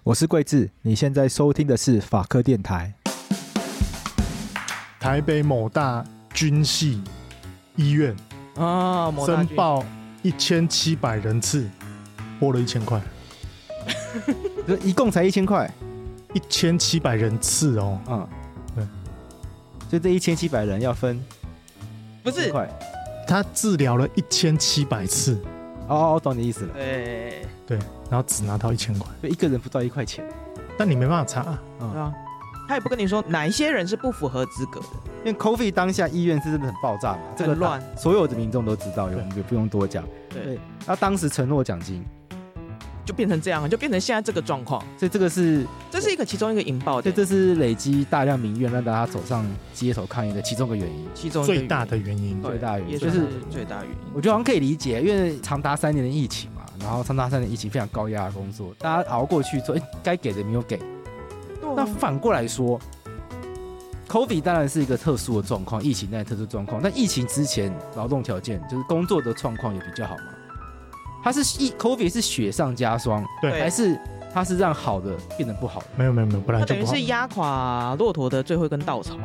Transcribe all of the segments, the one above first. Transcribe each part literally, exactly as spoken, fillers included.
我是桂智，你现在收听的是法科电台。 台北某大军系医院啊， 申报一千七百人次，拨了一千块， 一共才一千块， 一千七百人次哦。 嗯， 对， 所以这一千七百人要分不是块， 他治疗了一千七百次。 哦，我懂你意思了。 对对，然后只拿到一千块， 所以一个人不到一块钱， 但你没办法查、啊。 嗯对啊，他也不跟你说哪一些人是不符合资格的， 因为 COVID 当下医院是真的很爆炸嘛，这个很乱， 所有的民众都知道，我们就不用多讲。 对， 他当时承诺奖金， 就变成这样，就变成现在这个状况。 所以这个是， 这是一个其中一个引爆对， 点， 这是累积大量民怨让大家走上街头抗议的其中一个原因， 其中一个最大的原因， 最大的原因就也就是是最大原因。 我觉得好像可以理解，因为长达三年的疫情嘛，然后长达三年疫情非常高压的工作，大家熬过去之后，哎，该给的没有给。那反过来说 ，COVID 当然是一个特殊的状况，疫情当然特殊状况，但疫情之前劳动条件就是工作的状况也比较好嘛。它是 COVID 是雪上加霜， 对， 还是它是让好的变得不好的？ 没有没有没有，本来它就不好。 等于是压垮骆驼的最后一根稻草。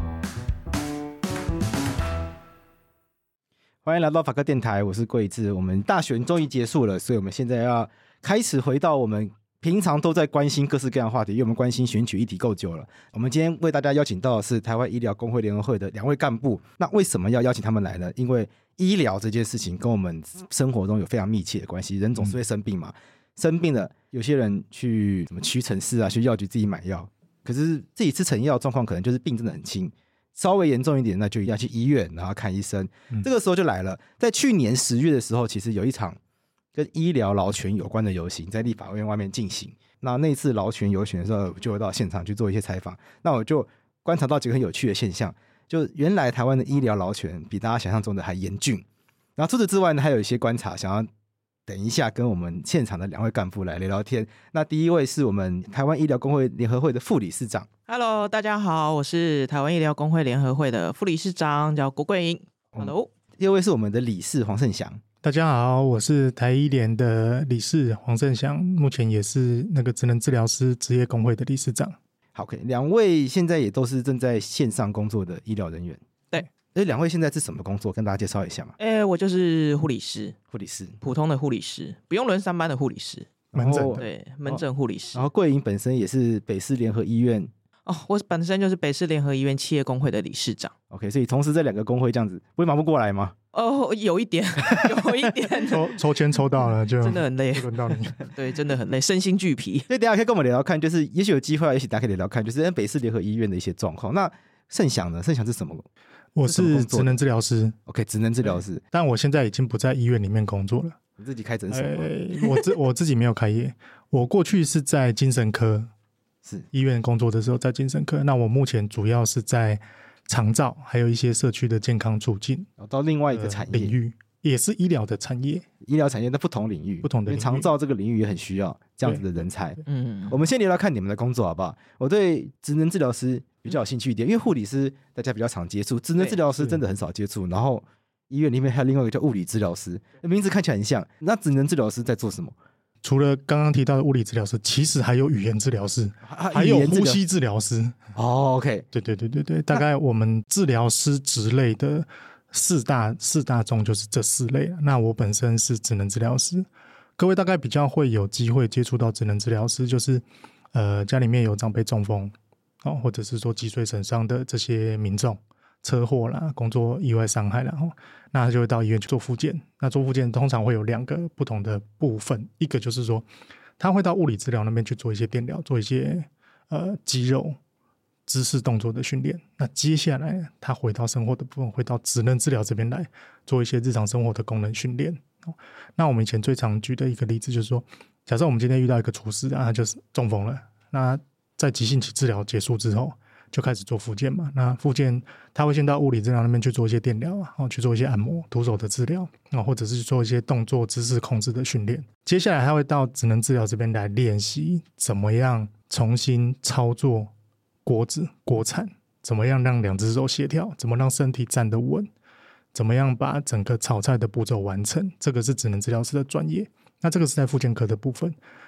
欢迎来到法科电台，我是桂智。我们大选终于结束了，所以我们现在要开始回到我们平常都在关心各式各样的话题，因为我们关心选举议题够久了。我们今天为大家邀请到的是台湾医疗工会联合会的两位干部。那为什么要邀请他们来呢？因为医疗这件事情跟我们生活中有非常密切的关系，人总是会生病嘛。嗯、生病了，有些人去什么屈臣氏啊，去药局自己买药，可是自己吃成药的状况可能就是病真的很轻。稍微严重一点，那就要去医院，然后看医生。嗯、这个时候就来了，在去年十月的时候，其实有一场跟医疗劳权有关的游行，在立法院外面进行。那那次劳权游行的时候，我就到现场去做一些采访。那我就观察到几个很有趣的现象，就原来台湾的医疗劳权比大家想象中的还严峻。然后除此之外呢，还有一些观察，想要等一下跟我们现场的两位干部来聊聊天。那第一位是我们台湾医疗工会联合会的副理事长。 Hello， 大家好，我是台湾医疗工会联合会的副理事长，叫郭桂英。Hello，、 嗯、第二位是我们的理事黄胜祥。 大家好，我是台医联的理事黄胜祥，目前也是那个职能治疗师职业工会的理事长。 好，可以，两位现在也都是正在线上工作的医疗人员。 对， 哎，两位现在是什么工作？跟大家介绍一下嘛。 哎，我就是护理师， 护理师， 普通的护理师，不用轮上班的护理师， 门诊的， 对，门诊护理师。 然后桂英本身也是北市联合医院。 哦，我本身就是北市联合医院企业工会的理事长。 OK， 所以同时这两个工会这样子，不会忙不过来吗？ 哦，有一点，有一点， 抽抽签抽到了就真的很累， 就轮到你。 对，真的很累，身心俱疲。 所以等一下可以跟我们聊聊看，就是也许有机会，也许大家可以聊聊看，就是北市联合医院的一些状况。那盛祥呢？盛祥是什么？ 我是职能治疗师。 OK， 职能治疗师， 但我现在已经不在医院里面工作了。 你自己开诊所吗？ 呃、我自我自己没有开业，我过去是在精神科。 是医院工作的时候在精神科，那我目前主要是在长照，还有一些社区的健康促进， 到另外一个产业、呃、 领域，也是医疗的产业， 医疗产业的不同领域， 不同的领域， 因为长照这个领域也很需要这样子的人才。 嗯， 我们先聊聊看你们的工作好不好？我对职能治疗师比较有兴趣一点，因为护理师大家比较常接触，职能治疗师真的很少接触。然后医院里面还有另外一个叫物理治疗师，名字看起来很像。那职能治疗师在做什么？ 除了刚刚提到的物理治疗师，其实还有语言治疗师，还有呼吸治疗师。 哦 ，OK， 对对对对对，大概我们治疗师职类的四大四大宗就是这四类。那我本身是职能治疗师，各位大概比较会有机会接触到职能治疗师，就是呃家里面有长辈中风哦，或者是说脊髓损伤的这些民众。车祸啦，工作意外伤害啦，那就会到医院去做复健。那做复健通常会有两个不同的部分，一个就是说他会到物理治疗那边去做一些电疗，做一些呃肌肉姿势动作的训练。那接下来他回到生活的部分，会到职能治疗这边来做一些日常生活的功能训练。那我们以前最常举的一个例子就是说，假设我们今天遇到一个厨师啊，他就是中风了，那在急性期治疗结束之后就开始做复健嘛，那复健他会先到物理治疗那边去做一些电疗啊，去做一些按摩、徒手的治疗啊，或者是做一些动作姿势控制的训练。接下来他会到职能治疗这边来练习怎么样重新操作锅子、锅铲，怎么样让两只手协调，怎么让身体站得稳，怎么样把整个炒菜的步骤完成，这个是职能治疗师的专业。那这个是在复健科的部分。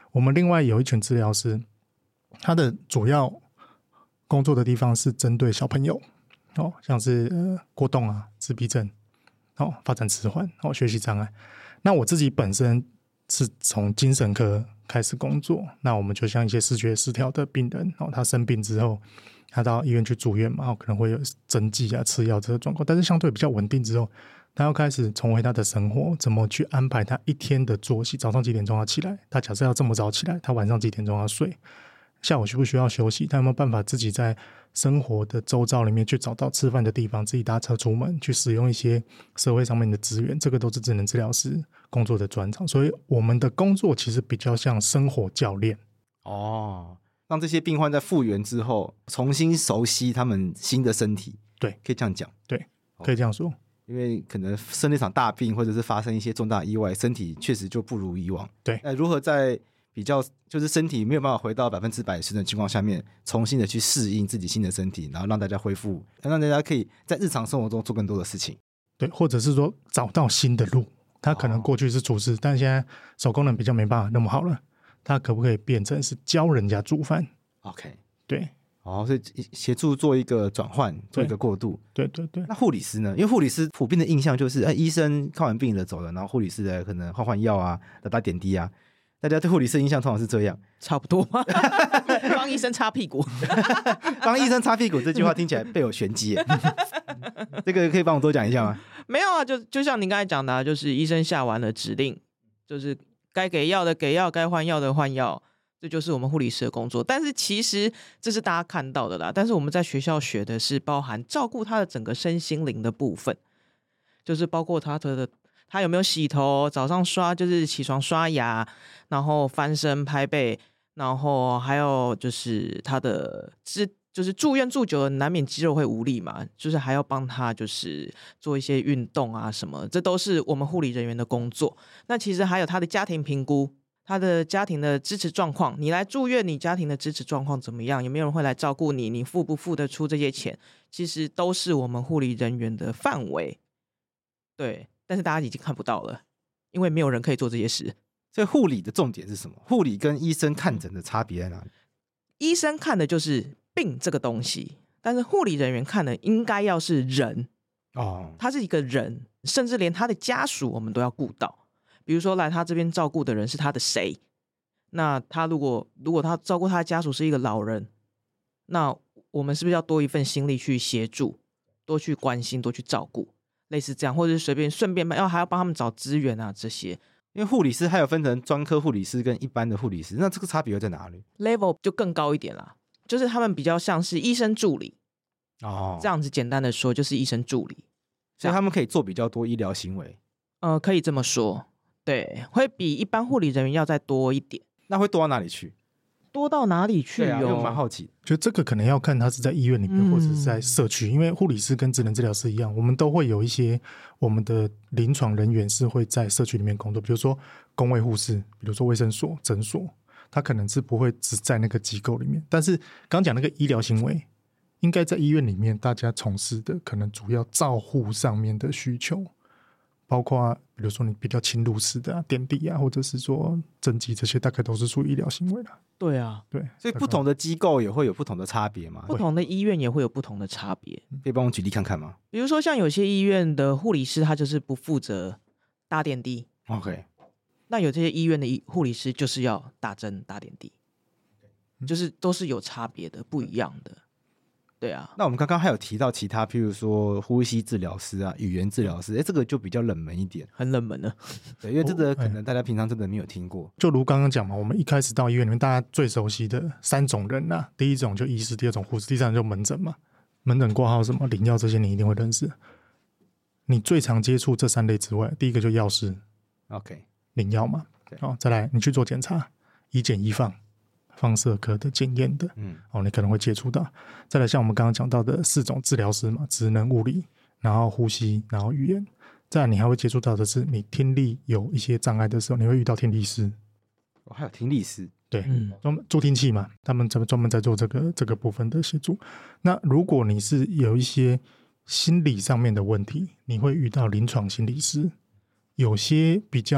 我们另外有一群治疗师，他的主要工作的地方是针对小朋友，哦，像是呃过动啊、自闭症、哦发展迟缓、哦学习障碍。那我自己本身是从精神科开始工作，那我们就像一些视觉失调的病人，哦，他生病之后，他到医院去住院嘛，哦，可能会有针剂啊、吃药这个状况，但是相对比较稳定之后，他要开始重回他的生活，怎么去安排他一天的作息？早上几点钟要起来？他假设要这么早起来，他晚上几点钟要睡？下午需不需要休息？他有没有办法自己在生活的周遭里面去找到吃饭的地方，自己搭车出门，去使用一些社会上面的资源？这个都是职能治疗师工作的专长，所以我们的工作其实比较像生活教练。 哦，让这些病患在复原之后，重新熟悉他们新的身体。 对， 可以这样讲。 对，可以这样说。 因为可能生了一场大病，或者是发生一些重大意外，身体确实就不如以往。 对， 那如何在比较就是身体没有办法回到百分之百的情况下面，重新的去适应自己新的身体，然后让大家恢复，让大家可以在日常生活中做更多的事情。 对，或者是说找到新的路。他可能过去是厨师，哦，但现在手功能比较没办法那么好了，他可不可以变成是教人家煮饭 ？OK， 对。 哦，所以协助做一个转换，做一个过渡。 对对 对, 对。 那护理师呢？因为护理师普遍的印象就是，哎，医生看完病人走了，然后护理师来可能换换药啊，打打点滴啊。大家对护理师的印象通常是这样， 差不多吗？帮医生擦屁股， 帮医生擦屁股这句话听起来备有玄机耶。这个可以帮我多讲一下吗？ 没有啊，就就像您刚才讲的，啊，就是医生下完了指令，就是该给药的给药，该换药的换药。这就是我们护理师的工作，但是其实这是大家看到的啦。但是我们在学校学的是包含照顾他的整个身心灵的部分，就是包括他的他有没有洗头，早上刷就是起床刷牙，然后翻身拍背，然后还有就是他的就是住院住久了难免肌肉会无力嘛，就是还要帮他就是做一些运动啊什么，这都是我们护理人员的工作。那其实还有他的家庭评估。他的家庭的支持状况，你来住院，你家庭的支持状况怎么样？有没有人会来照顾你？你付不付得出这些钱？其实都是我们护理人员的范围，对。但是大家已经看不到了，因为没有人可以做这些事。 所以护理的重点是什么？护理跟医生看诊的差别在哪里？ 医生看的就是病这个东西，但是护理人员看的应该要是人哦，他是一个人，甚至连他的家属我们都要顾到。比如说来他这边照顾的人是他的谁，那他如果如果他照顾他的家属是一个老人，那我们是不是要多一份心力去协助，多去关心，多去照顾，类似这样，或者是随便顺便要还要帮他们找资源啊这些。 因为护理师还有分成专科护理师跟一般的护理师，那这个差别又在哪里？ level 就更高一点啦，就是他们比较像是医生助理哦，这样子简单的说就是医生助理， 所以他们可以做比较多医疗行为。 呃，可以这么说。对，会比一般护理人员要再多一点。 那会多到哪里去？ 多到哪里去？ 对啊，我蛮好奇。 就这个可能要看他是在医院里面，嗯，或者是在社区，因为护理师跟职能治疗师一样，我们都会有一些我们的临床人员是会在社区里面工作，比如说公卫护士，比如说卫生所、诊所，他可能是不会只在那个机构里面。但是刚讲那个医疗行为，应该在医院里面大家从事的可能主要照护上面的需求。包括比如说你比较侵入式的、啊、点滴啊，或者是说针剂，这些大概都是属于医疗行为的。 对啊， 对， 所以不同的机构也会有不同的差别嘛？ 不同的医院也会有不同的差别。 可以帮我举例看看吗？ 比如说像有些医院的护理师他就是不负责打点滴 ，OK。 那有这些医院的护理师就是要打针打点滴，就是都是有差别的，不一样的。对啊， 那我们刚刚还有提到其他，譬如说呼吸治疗师啊、语言治疗师，哎，这个就比较冷门一点， 很冷门的。 对，因为这个可能大家平常真的没有听过。 就如刚刚讲嘛，我们一开始到医院里面，大家最熟悉的三种人啊，第一种就医师，第二种护士，第三种就门诊嘛。门诊挂号什么领药这些你一定会认识。你最常接触这三类之外，第一个就药师 ，OK， 领药嘛，哦，再来你去做检查，医检医放。放射科的检验的，嗯，哦，你可能会接触到。再来像我们刚刚讲到的四种治疗师嘛，职能、物理，然后呼吸，然后语言。再来你还会接触到的是，你听力有一些障碍的时候，你会遇到听力师。 哦，还有听力师， 对，嗯，助听器嘛，他们专门在做这个这个部分的协助。那如果你是有一些心理上面的问题，你会遇到临床心理师。有些比较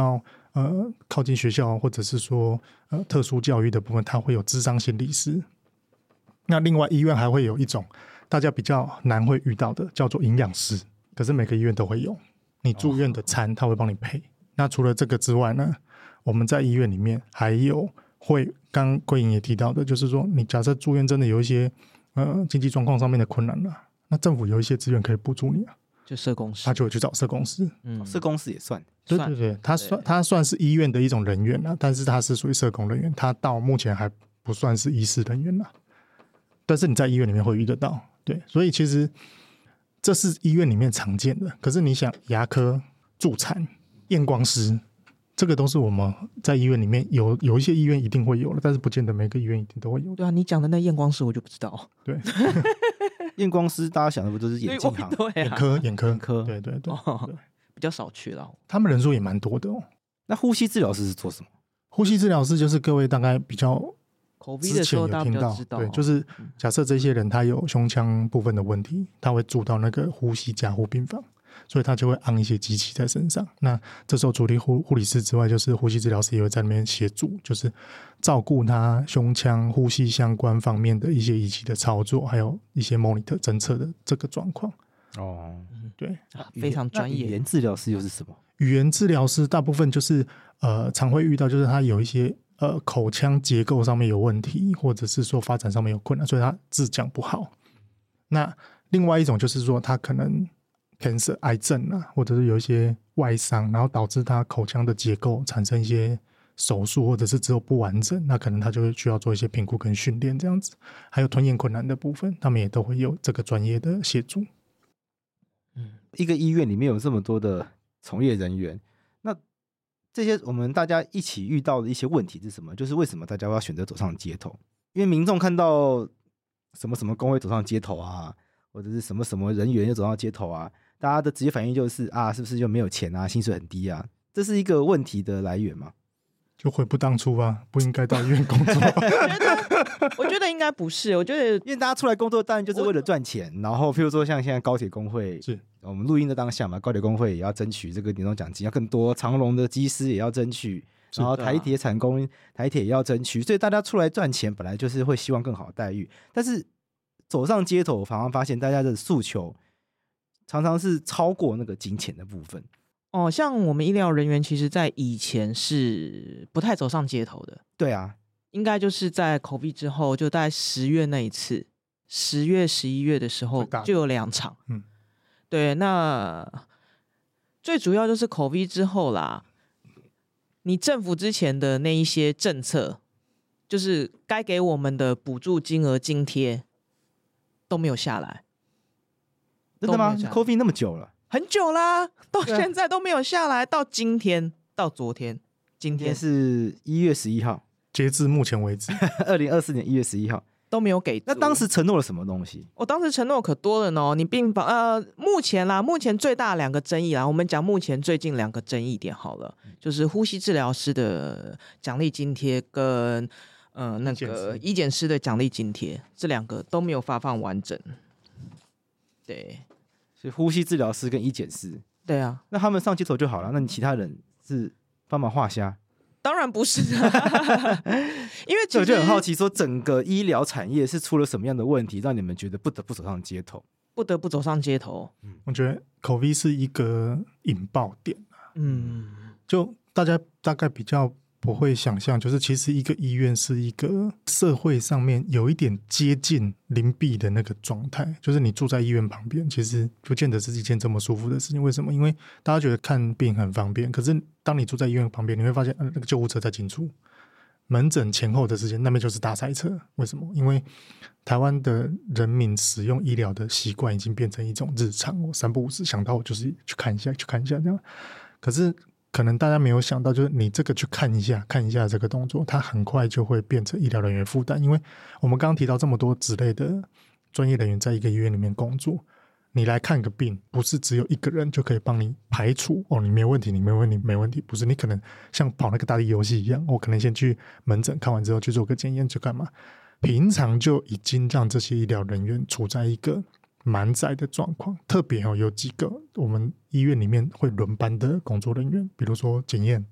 呃靠近学校或者是说呃特殊教育的部分，它会有諮商心理师。那另外医院还会有一种大家比较难会遇到的，叫做营养师，可是每个医院都会有。你住院的餐他会帮你配。那除了这个之外呢，我们在医院里面还有会，刚桂莹也提到的，就是说你假设住院真的有一些呃经济状况上面的困难了、啊，那政府有一些资源可以补助你啊， 就社工师， 他就会去找社工师。 嗯， 社工师也算。 对对对，他算他算是医院的一种人员啊，但是他是属于社工人员，他到目前还不算是医师人员啊。但是你在医院里面会遇得到，对，所以其实这是医院里面常见的。可是你想，牙科、助产、验光师，这个都是我们在医院里面有有一些医院一定会有的，但是不见得每个医院一定都会有的。 对啊，你讲的那验光师我就不知道。 对， 验光师大家想的不都是眼镜行？ 对啊， 眼科、眼科、 眼科， 对对对， 哦对比较少去了。 他们人数也蛮多的哦。 那呼吸治疗师是做什么？ 呼吸治疗师就是各位大概比较口鼻之前有的时候大家比听到， 较知道， 对，就是假设这些人他有胸腔部分的问题，他会住到那个呼吸加护病房，所以他就会安一些机器在身上。那这时候除了护护理师之外，就是呼吸治疗师也会在那边协助，就是照顾他胸腔呼吸相关方面的一些仪器的操作，还有一些 monitor 侦测的这个状况。 哦， 对， 啊非常专业。 语言治疗师又是什么？ 语言治疗师大部分就是呃常会遇到，就是他有一些呃口腔结构上面有问题，或者是说发展上面有困难，所以他字讲不好。那另外一种就是说他可能 cancer 癌症啊，或者是有一些外伤，然后导致他口腔的结构产生一些手术，或者是只有不完整，那可能他就会需要做一些评估跟训练这样子。还有吞咽困难的部分，他们也都会有这个专业的协助。 嗯，一个医院里面有这么多的从业人员，那这些我们大家一起遇到的一些问题是什么？就是为什么大家要选择走上街头？因为民众看到什么什么工会走上街头啊，或者是什么什么人员又走上街头啊，大家的直接反应就是啊，是不是就没有钱啊，薪水很低啊？这是一个问题的来源吗？ 就悔不当初啊，不应该到医院工作。 我觉得，我觉得应该不是。我觉得， 因为大家出来工作当然就是为了赚钱，然后譬如说像现在高铁工会， 是我们录音的当下嘛，高铁工会也要争取这个年终奖金要更多，长荣的机师也要争取，然后台铁产工、台铁也要争取，所以大家出来赚钱本来就是会希望更好的待遇，但是走上街头，反而发现大家的诉求常常是超过那个金钱的部分。 哦，像我们医疗人员，其实在以前是不太走上街头的。 对啊， 应该就是在 COVID 之后，就大概十月那一次，十月、十一月的时候就有两场。 嗯， 对，那最主要就是 COVID 之后啦，你政府之前的那一些政策，就是该给我们的补助金额、津贴都没有下来。 真的吗 ？COVID 那么久了。 很久啦，到现在都没有下来，到今天，到昨天，今天是一月十一号， 截至目前为止， 二零二四年一月十一号都没有给。 那当时承诺了什么东西？ 我当时承诺可多了呢。你病房呃，目前啦，目前最大两个争议啦，我们讲目前最近两个争议点好了，就是呼吸治疗师的奖励津贴跟呃那个医检师的奖励津贴，这两个都没有发放完整。对。 是呼吸治疗师跟医检师， 对啊， 那他们上街头就好了。那你其他人是帮忙画虾？ 当然不是啊，因为其实我就很好奇，说整个医疗产业是出了什么样的问题，让你们觉得不得不走上街头？ 不得不走上街头。 嗯，我觉得 COVID 是一个引爆点啊。 嗯， 就大家大概比较不会想象，就是其实一个医院是一个社会上面有一点接近邻避的那个状态，就是你住在医院旁边，其实不见得是一件这么舒服的事情。为什么？因为大家觉得看病很方便，可是当你住在医院旁边，你会发现、呃、那个救护车在进出，门诊前后的时间那边就是大塞车。为什么？因为台湾的人民使用医疗的习惯已经变成一种日常，我三不五时想到我就是去看一下去看一下这样。可是可能大家没有想到，就是你这个去看一下看一下这个动作，它很快就会变成医疗人员负担。因为我们刚刚提到这么多之类的专业人员在一个医院里面工作，你来看个病不是只有一个人就可以帮你排除哦，你没问题你没问题没问题，不是，你可能像跑那个大地游戏一样，我可能先去门诊看完之后去做个检验去干嘛，平常就已经让这些医疗人员处在一个满载的状况。特别、哦、有几个我们医院里面会轮班的工作人员，比如说检验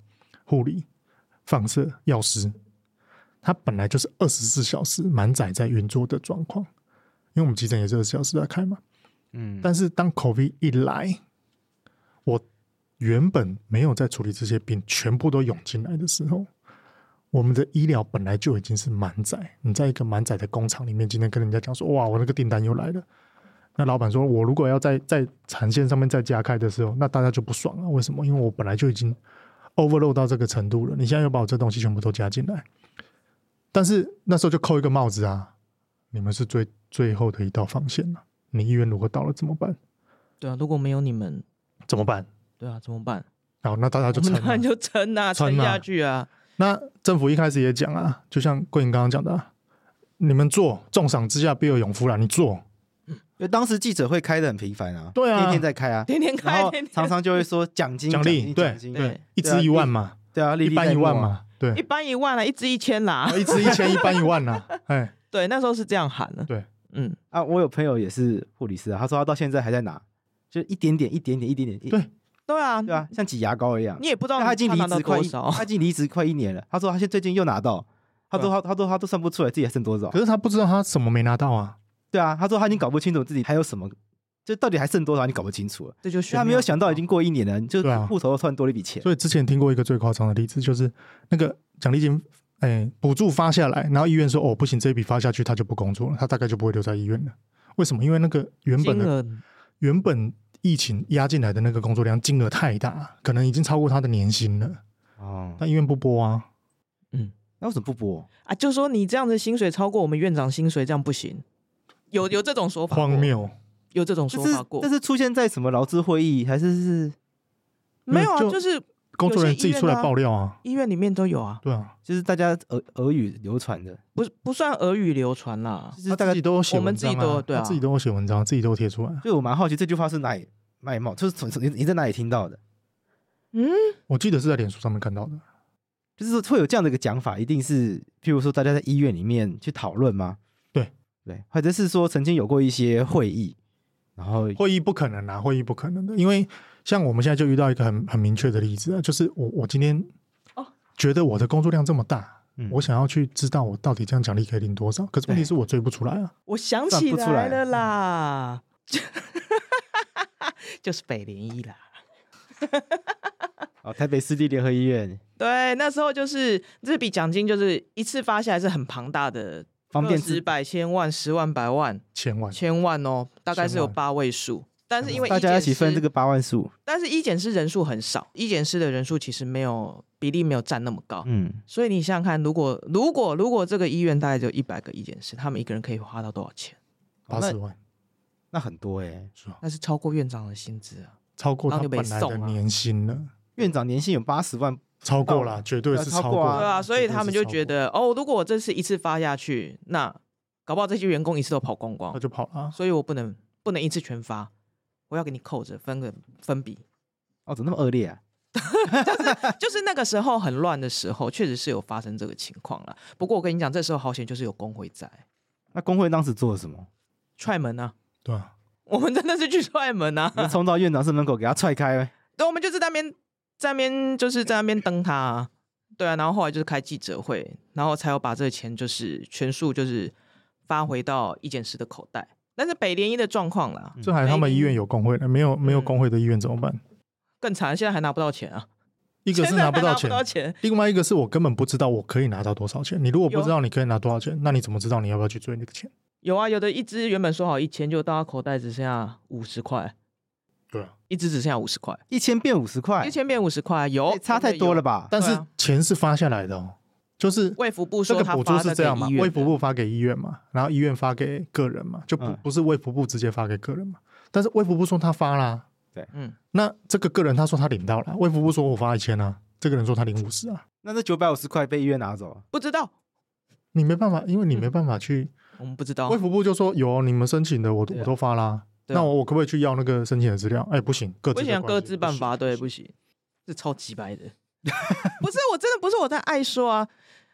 护理、放射、药师，它本来就是二十四小时满载在运作的状况，因为我们急诊也是二十四小时在开嘛。 嗯， 但是当 COVID 一来，我原本没有在处理这些病，全部都涌进来的时候，我们的医疗本来就已经是满载。你在一个满载的工厂里面，今天跟人家讲说，哇，我那个订单又来了。那老板说，我如果要在在产线上面再加开的时候，那大家就不爽了。为什么？因为我本来就已经 overload 到这个程度了，你现在又把我这东西全部都加进来。但是那时候就扣一个帽子啊，你们是最最后的一道防线了、啊。你医院如果倒了怎么办？ 对啊，如果没有你们怎么办？ 对啊，怎么办？ 好，那大家就撑、啊， 那就撑啊，撑下去啊。 那政府一开始也讲啊，就像桂英刚刚讲的、啊，你们做，重赏之下必有勇夫啦，你做。 因为当时记者会开的很频繁啊， 对啊， 天天在开啊， 天天开， 然后常常就会说奖金、 奖励，对对，一支一万嘛， 对啊， 一般一万嘛，对， 一般一万啦，一支一千啦， 一支一千，一般一万啦，哎， 对，那时候是这样喊的， 对， 嗯啊，我有朋友也是护理师啊，他说他到现在还在拿，就一点点、一点点、一点点， 对对啊， 对啊，像挤牙膏一样。 你也不知道他已经离职快， 少， 他已经离职快一年了。他说他现在最近又拿到，他说他他说他都算不出来自己还剩多少。 可是他不知道他什么没拿到啊。 对啊，他说他已经搞不清楚自己还有什么，就到底还剩多少，你搞不清楚了。 这就他没有想到已经过一年了，就户头突然多了一笔钱。 所以之前听过一个最夸张的例子，就是那个奖励金，哎，补助发下来，然后医院说哦不行，这一笔发下去他就不工作了，他大概就不会留在医院了。为什么？因为那个原本的原本疫情压进来的那个工作量金额太大，可能已经超过他的年薪了。哦，但医院不拨啊。 嗯， 那为什么不拨啊？就说你这样的薪水超过我们院长薪水，这样不行。有有这种说法？ 荒谬， 有这种说法过。 这是出现在什么劳资会议，还是是？ 没有啊，就, 就是工作人员自己出来爆料啊， 医院里面都有啊。 对啊， 就是大家耳耳语流传的， 不不算耳语流传啦， 就是大家自己都有写文章、啊， 我们自己都对啊， 自己都有写文章，自己都贴出来。 所以我蛮好奇这句话是哪里卖冒，就是从你你在哪里听到的？ 嗯， 我记得是在脸书上面看到的。 就是会有这样的一个讲法，一定是譬如说大家在医院里面去讨论吗？ 对对，或者是说曾经有过一些会议，然后会议不可能啊，会议不可能的，因为像我们现在就遇到一个很很明确的例子啊，就是我我今天觉得我的工作量这么大，嗯、我想要去知道我到底这样奖励可以领多少，可是问题是我追不出来啊。 我想起来了啦，就是北联医啦。 哦，台北市立联合医院， 对，那时候就是这笔奖金就是一次发下来是很庞大的， 方便十百千万十万百万千万千万哦，大概是有八位数。但是因为大家一起分这个八万数， 但是医检师人数很少，医检师的人数其实没有比例没有占那么高，嗯，所以你想想看，如果如果如果这个医院大概只有一百个医检师，他们一个人可以花到多少钱？ 八十万， 那很多哎、欸， 那是超过院长的薪资啊， 超过他本来的年薪了。 院长年薪有八十万， 超过了，绝对是超过了， 对啊，所以他们就觉得哦，如果我这次一次发下去，那搞不好这些员工一次都跑光光， 那就跑了、啊， 所以我不能不能一次全发，我要给你扣着分个分比。 哦，怎么那么恶劣啊？ 就是就是那个时候很乱的时候，确实是有发生这个情况了。不过我跟你讲，这时候好险就是有工会在。 那工会当时做了什么？ 踹门啊！ 对啊， 我们真的是去踹门啊！ 冲到院长室门口给他踹开。 对，我们就是在那边在那边就是在那边登他、啊。对啊，然后后来就是开记者会，然后才有把这个钱就是全数就是发回到医检师的口袋。但是北联医的状况啦， 这还他们医院有工会的，没有没有工会的医院怎么办？ 更惨，现在还拿不到钱啊！ 一个是拿不到钱， 拿不到钱， 另外一个是我根本不知道我可以拿到多少钱。你如果不知道你可以拿多少钱，那你怎么知道你要不要去追那个钱？ 有啊，有的一支原本说好一千，就到他口袋只剩下五十块。 对啊， 一支只剩下五十块， 一千变五十块， 一千变五十块，有、 欸、差太多了吧？ 但是钱是发下来的哦，就是卫福部说他补助是这样嘛，卫福部发给医院嘛，然后医院发给个人嘛，就不、嗯、不是卫福部直接发给个人嘛。但是卫福部说他发啦， 对， 嗯， 那这个个人他说他领到了，卫福部说我发一千啊，这个人说他领五十啊， 那这九百五十块被医院拿走， 不知道， 你没办法，因为你没办法去，嗯、 我们不知道。 卫福部就说有你们申请的我，我都发啦。那我我可不可以去要那个申请的资料？哎、欸，不行，各自不行，各自办法，对，不行，这超级白的。不是，我真的不是我在爱说啊，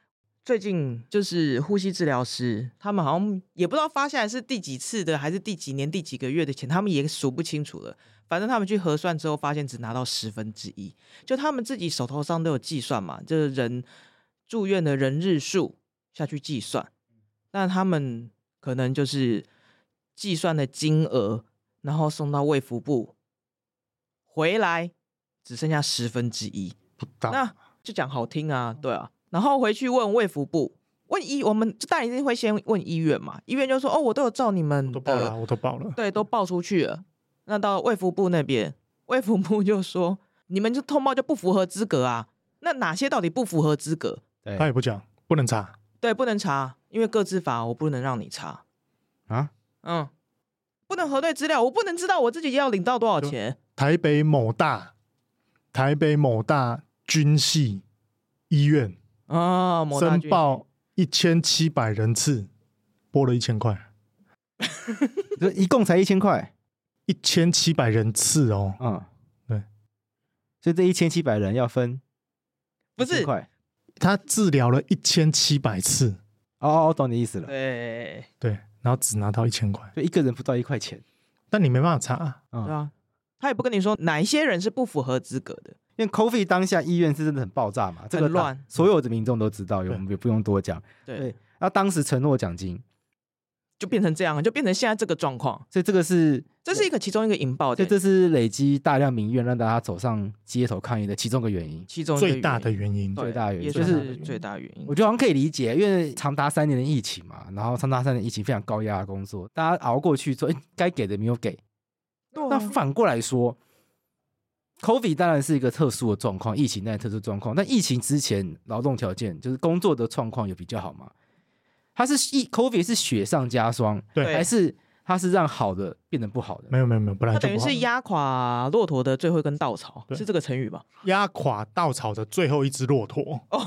最近就是呼吸治疗师，他们好像也不知道发下来是第几次的，还是第几年、第几个月的钱，他们也数不清楚了。反正他们去核算之后，发现只拿到十分之一。就他们自己手头上都有计算嘛，就是人住院的人日数下去计算，但他们可能就是计算的金额，然后送到卫福部，回来只剩下十分之一， 不到。 那就讲好听啊，对啊。然后回去问卫福部，问医，我们当然一定会先问医院嘛。医院就说：“哦，我都有照你们的， 我都报了，我都报了， 对，都报出去了。”那到卫福部那边，卫福部就说：“你们就通报就不符合资格啊。那哪些到底不符合资格？” 他也不讲，不能查。 对，不能查，因为个资法我不能让你查啊。 嗯，不能核对资料，我不能知道我自己要领到多少钱。 台北某大，台北某大军系医院。 啊、哦， 申报一千七百人次，拨了一千块， 一共才一千块， 一千七百人次哦， 嗯， 对， 所以这一千七百人要分， 不是块， 他治疗了一千七百次， 哦，我懂你意思了， 对对，然后只拿到一千块， 就一个人不到一块钱， 但你没办法查， 嗯、 对啊，他也不跟你说哪一些人是不符合资格的。 因为 COVID 当下医院是真的很爆炸嘛，这个乱， 所有的民众都知道，我们也不用多讲。 对， 对，那当时承诺奖金就变成这样，就变成现在这个状况。 所以这个是， 这是一个其中一个引爆点， 所以这是累积大量民怨让大家走上街头抗议的其中一个原因， 其中一个最大的原因， 最大的原因也就是最大的原因。 我觉得好像可以理解，因为长达三年的疫情嘛，然后长达三年疫情非常高压的工作，大家熬过去之后，哎，该给的没有给。 啊、 那反过来说。COVID 当然是一个特殊的状况，疫情当然特殊状况，但疫情之前劳动条件就是工作的状况有比较好吗？它是 COVID 是雪上加霜， 对， 还是它是让好的变得不好的？ 没有没有没有，本来就它等于是压垮骆驼的最后一根稻草，是这个成语吧？ 压垮稻草的最后一只骆驼。 哦、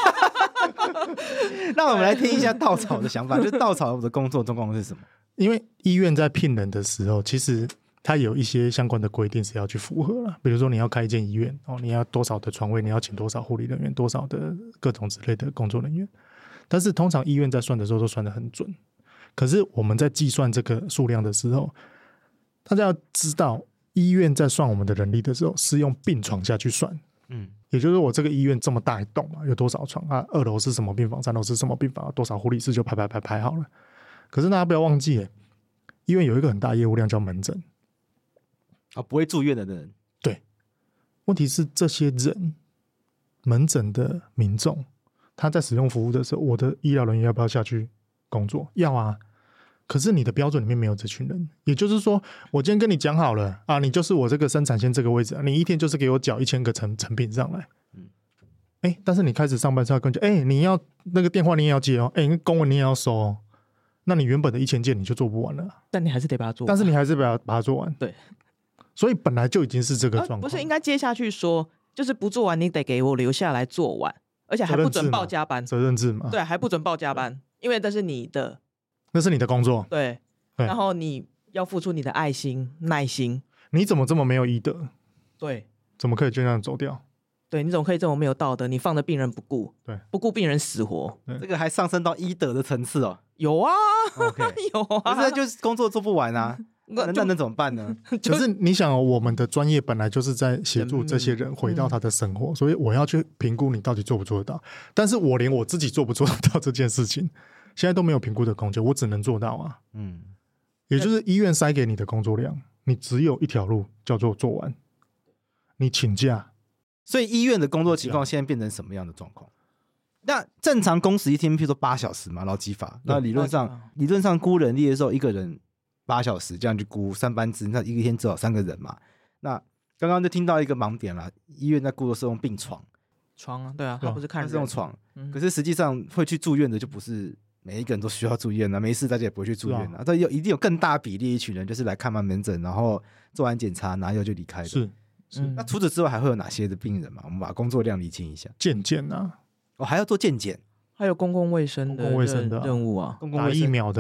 那我们来听一下稻草的想法，就是稻草的工作状况是什么？ 因为医院在聘人的时候，其实它有一些相关的规定是要去符合了，比如说你要开一间医院哦，你要多少的床位，你要请多少护理人员，多少的各种之类的工作人员。但是通常医院在算的时候都算得很准，可是我们在计算这个数量的时候，大家要知道，医院在算我们的人力的时候是用病床下去算，嗯，也就是我这个医院这么大一栋嘛，有多少床啊？二楼是什么病房，三楼是什么病房，多少护理师就排排排排好了。可是大家不要忘记，医院有一个很大业务量叫门诊。 啊，不会住院的人， 对，问题是这些人，门诊的民众，他在使用服务的时候，我的医疗人员要不要下去工作？要啊。可是你的标准里面没有这群人，也就是说，我今天跟你讲好了啊，你就是我这个生产线这个位置，你一天就是给我缴一千个成成品上来，嗯，哎，但是你开始上班是要跟讲，哎，你要那个电话你也要接哦，哎，公文你也要收哦，那你原本的一千件你就做不完了， 但你还是得把它做完， 但是你还是把它把它做完， 对。 所以本来就已经是这个状况、 啊，不是应该接下去说，就是不做完你得给我留下来做完，而且还不准报加班， 责任制嘛， 对，还不准报加班，因为这是你的， 那是你的工作， 对， 对， 然后你要付出你的爱心、耐心， 你怎么这么没有医德？ 对， 怎么可以就这样走掉？ 对，你怎么可以这么没有道德？你放着病人不顾， 对， 不顾病人死活， 这个还上升到医德的层次哦。 有啊 ，OK， 有啊， 可是就是工作做不完啊。那那能怎么办呢？ 可是你想、哦，我们的专业本来就是在协助这些人回到他的生活，嗯、所以我要去评估你到底做不做得到。但是我连我自己做不做得到这件事情，现在都没有评估的空间，我只能做到啊。嗯，也就是医院塞给你的工作量，你只有一条路，叫做做完。你请假， 所以医院的工作情况现在变成什么样的状况？那正常工时一天，譬如说八小时嘛，劳基法。那理论上，理论上估人力的时候，一个人八小时，这样去估三班制，那一个天只有三个人嘛。那刚刚就听到一个盲点了，医院在估的是用病床， 床啊，对啊，他不是看人， 他是用床、嗯，可是实际上会去住院的就不是每一个人都需要住院啊，没事大家也不会去住院啊。这、啊、有一定有更大比例一群人就是来看完门诊，然后做完检查拿药就离开的。 是是、 嗯。那除此之外还会有哪些的病人嘛？我们把工作量厘清一下。 健检啊， 哦，还要做健检， 还有公共卫生的公共卫生的、啊、 任务啊， 打疫苗的啊。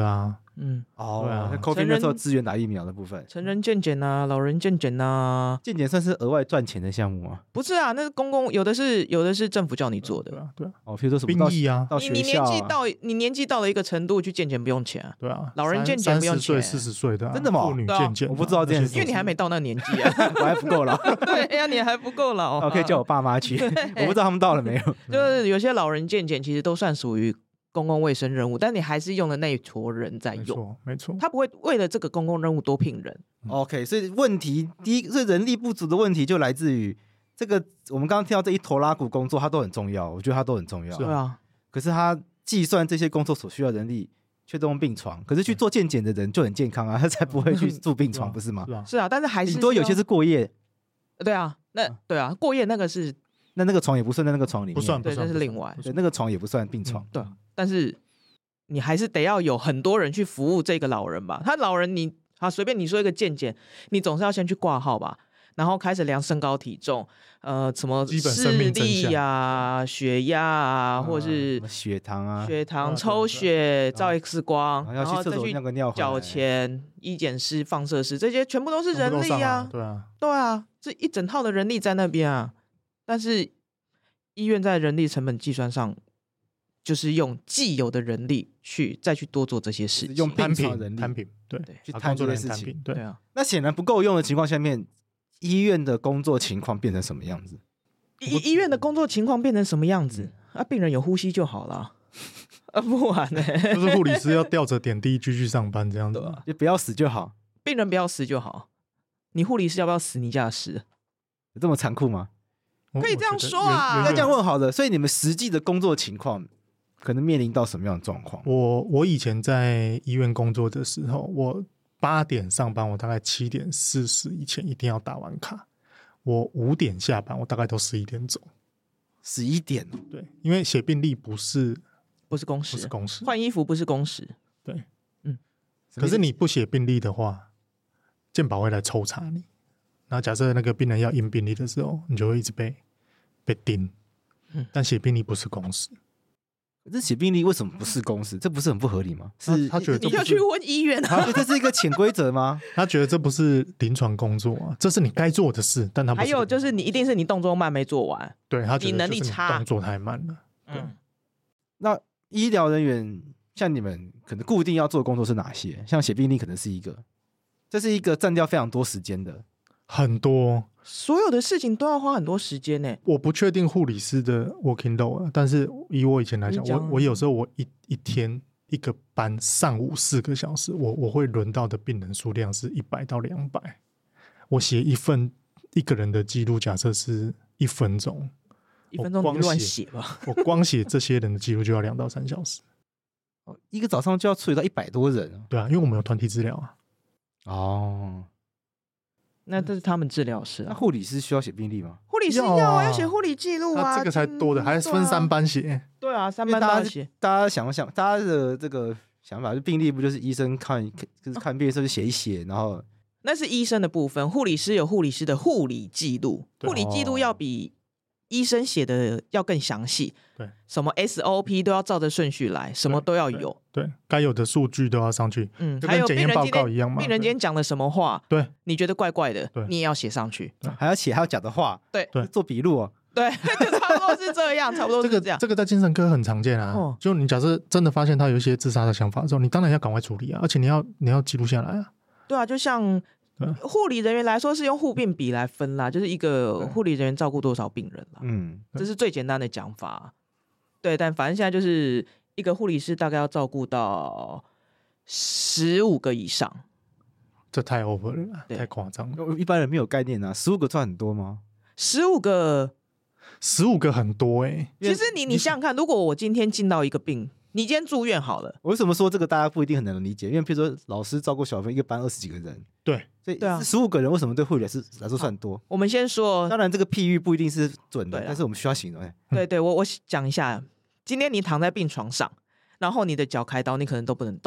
嗯， 哦， 对啊那 COVID 那时候支援打疫苗的部分， 成人健检啊，老人健检啊， 健检算是额外赚钱的项目吗？ 不是啊，那是公共有的是有的是政府叫你做的。 对啊，对啊， 哦，比如说什么到兵役啊， 你你到学校、啊， 年纪到你年纪到了一个程度去健检不用钱啊， 对啊， 老人健检不用钱三十岁、四十岁的啊真的吗妇女对啊健检啊， 我不知道这件事因为你还没到那个年纪啊。 我还不够老， 对呀，你还不够老啊。 我可以叫我爸妈去，我不知道他们到了没有。 就是有些老人健检其实都算属于公共卫生任务，但你还是用的那一撮人在用， 没错，没错。 他不会为了这个公共任务多聘人。 OK， 所以问题第一，所以人力不足的问题就来自于这个。我们刚刚听到这一头拉骨工作，它都很重要，我觉得它都很重要。 是对啊， 可是他计算这些工作所需要人力，却都用病床。可是去做健检的人就很健康啊，他才不会去住病床，不是吗是？啊， 是啊，但是还是顶多有些是过夜， 对啊，那对啊，过夜那个是那那个床也不算在那个床里面， 不算， 对， 不算， 那是另外不算， 对，那个床也不算病床。 对，但是你还是得要有很多人去服务这个老人吧。他老人你啊，随便你说一个健检，你总是要先去挂号吧，然后开始量身高体重，呃，什么基本视生命真力相啊、血压啊，或者是什么血糖啊， 血糖、 对抽血、照啊 X 光， 然后要去厕所然后再去尿个尿回来缴钱、医检师、放射师，这些全部都是人力全部都上啊。 对啊， 对啊，这一整套的人力在那边啊。但是医院在人力成本计算上，就是用既有的人力去再去多做这些事情。 用摊病床人力平摊平，对， 对去谈把工作这些事情。 人员摊平，对对。啊， 那显然不够用的情况下面，医院的工作情况变成什么样子？ 医医院的工作情况变成什么样子？啊，病人有呼吸就好了，啊，不玩呢、欸。 就是护理师要吊着点滴继续上班这样子对。啊， 就不要死就好， 病人不要死就好。你护理师要不要死？你家的事。 有这么残酷吗？ 我可以这样我觉得说啊远远那这样问好了，所以你们实际的工作情况可能面临到什么样的状况？ 我我以前在医院工作的时候，我八点上班，我大概七点四十以前一定要打完卡。我五点下班，我大概都十一点走。 十一点哦， 对，因为写病历不是不是工不是时， 公事， 换衣服不是工时。 对， 嗯。 可是你不写病历的话，健保会来抽查你。然后假设那个病人要印病历的时候，你就会一直被被盯。 嗯但写病历不是公事， 这写病历为什么不是公事？这不是很不合理吗？是他他觉得这不是你要去问医院啊。 对，这是一个潜规则吗？ 他觉得这不是临床工作啊，这是你该做的事，但他不还是有就是，你一定是你动作慢没做完。 对他觉得你能力就是差动作太慢了。 嗯， 那医疗人员像你们可能固定要做的工作是哪些？像写病历可能是一个，这是一个占掉非常多时间的。 很多， 所有的事情都要花很多时间呢。 我不确定护理师的 working load，但是以我以前来讲， 你讲我我有时候我一一天一个班上午四个小时，我我会轮到的病人数量是一百到两百。我写一份一个人的记录，假设是一分钟， 一分钟我光你就乱写写吧。 我光写这些人的记录就要两到三小时。 哦一个早上就要处理到一百多人对啊，因为我们有团体治疗啊。 哦。 那这是他们治疗师那啊。 护理师需要写病历吗？ 护理师要啊要啊，要写护理记录啊。 那这个才多的，还是分三班写。 对啊，三因为大家班都要写。 大家想想，大家的这个想法，就病历不就是医生看，就是看病的时候就写一写，然后那是医生的部分，护理师有护理师的护理记录， 对护理记录要比医生写的要更详细。 对， 什么 S O P 都要照着顺序来，什么都要有。 对，该有的数据都要上去， 嗯， 就还有跟检验报病人今天告一样嘛。 病人今天讲了什么话， 对你觉得怪怪的对， 你也要写上去。 还要写还要讲的话， 对对做笔录哦。 对，就差不多是这样，差不多这个是这样。 这个在精神科很常见啊。 哦就你假设真的发现他有一些自杀的想法的时候，你当然要赶快处理啊，而且你要你要记录下来啊。 对啊，就像对啊护理人员来说是用护病比来分啦，就是一个对护理人员照顾多少病人啦， 嗯， 这是最简单的讲法。对，但反正现在就是一个护理师大概要照顾到十五个以上。 这太 over 了啦， 对太夸张了。 一般人没有概念啊，十五个算很多吗？ 十五个， 十五个很多哎、欸， 其实你你想想看，如果我今天进到一个病，你今天住院好了， 我为什么说这个大家不一定很能理解？因为譬如说老师照顾小朋友，一个班二十几个人， 对所以对啊十五个人为什么对护理师来说算多？ 我们先说， 当然这个譬喻不一定是准的对，啊但是我们需要形容。哎对对，我我讲一下，今天你躺在病床上，然后你的脚开刀，你可能都不能动，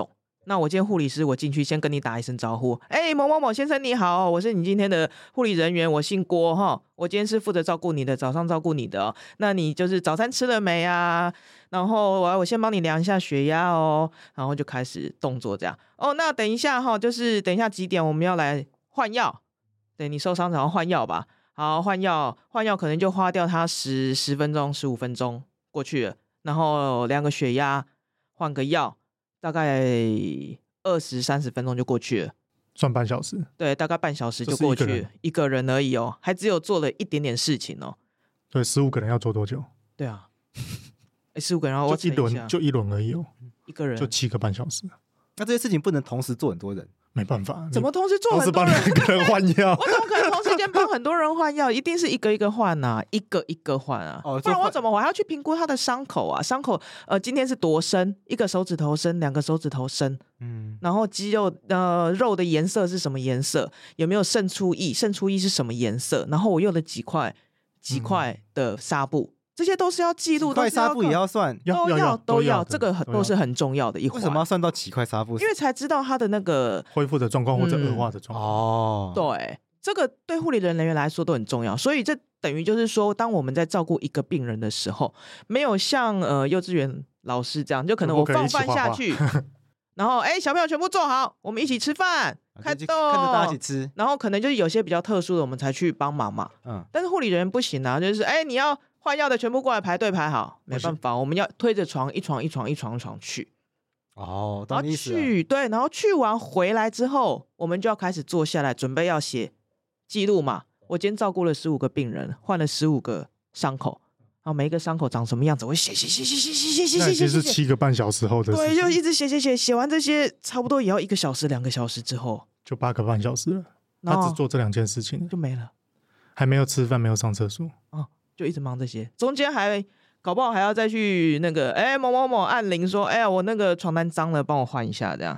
那我今天护理师，我进去先跟你打一声招呼，哎、欸，某某某先生你好，我是你今天的护理人员，我姓郭哈，我今天是负责照顾你的，早上照顾你的、哦，那你就是早餐吃了没啊？然后我我先帮你量一下血压哦，然后就开始动作这样。哦，那等一下哈，就是等一下几点我们要来换药？对，你受伤然后换药吧。好，换药换药可能就花掉他十十分钟、十五分钟过去了，然后量个血压，换个药。大概二十三十分钟就过去了， 算半小时。 对，大概半小时就过去了，一个, 一个人而已哦，还只有做了一点点事情哦。 对，十五个人要做多久？ 对啊，哎，十五个人，我就一轮就一轮而已哦， 一个人就七个半小时。 那这些事情不能同时做很多人。 没办法， 怎么同时做很多人？ 同时帮两个人换药？ 我怎么可能同时间帮很多人换药？一定是一个一个换啊，一个一个换啊，哦、不然我怎么我还要去评估他的伤口啊？伤口呃，今天是多深？一个手指头深，两个手指头深，嗯，然后肌肉呃肉的颜色是什么颜色？有没有渗出液？渗出液是什么颜色？然后我用了几块几块的纱布。嗯，这些都是要记录， 几块纱布也要算， 都要要都要，这个都是很重要的一环。 为什么要算到几块纱布？ 因为才知道他的那个恢复的状况或者恶化的状况。 哦、 嗯，对，这个对护理人员来说都很重要。所以这等于就是说，当我们在照顾一个病人的时候，没有像呃幼稚园老师这样，就可能我放饭下去，然后哎小朋友全部坐好，我们一起吃饭。开动， 看着大家一起吃， 然后可能就是有些比较特殊的，我们才去帮忙嘛。嗯，但是护理人员不行啊，就是哎，你要换药的全部过来排队排好，没办法，我们要推着床一床一床一床一床去。 哦， 然后去对，然后去完回来之后，我们就要开始坐下来准备要写记录嘛。我今天照顾了十五个病人，换了十五个伤口。然后每一个伤口长什么样子，我写写写写写写写写写。 那其实是七个半小时后的事情。 对，就一直写写写，写完这些差不多也要一个小时、两个小时之后， 就八个半小时了。他只做这两件事情就没了， 还没有吃饭，没有上厕所， 哦，就一直忙这些，中间还搞不好还要再去那个，哎某某某按铃说，哎呀我那个床单脏了，帮我换一下这样。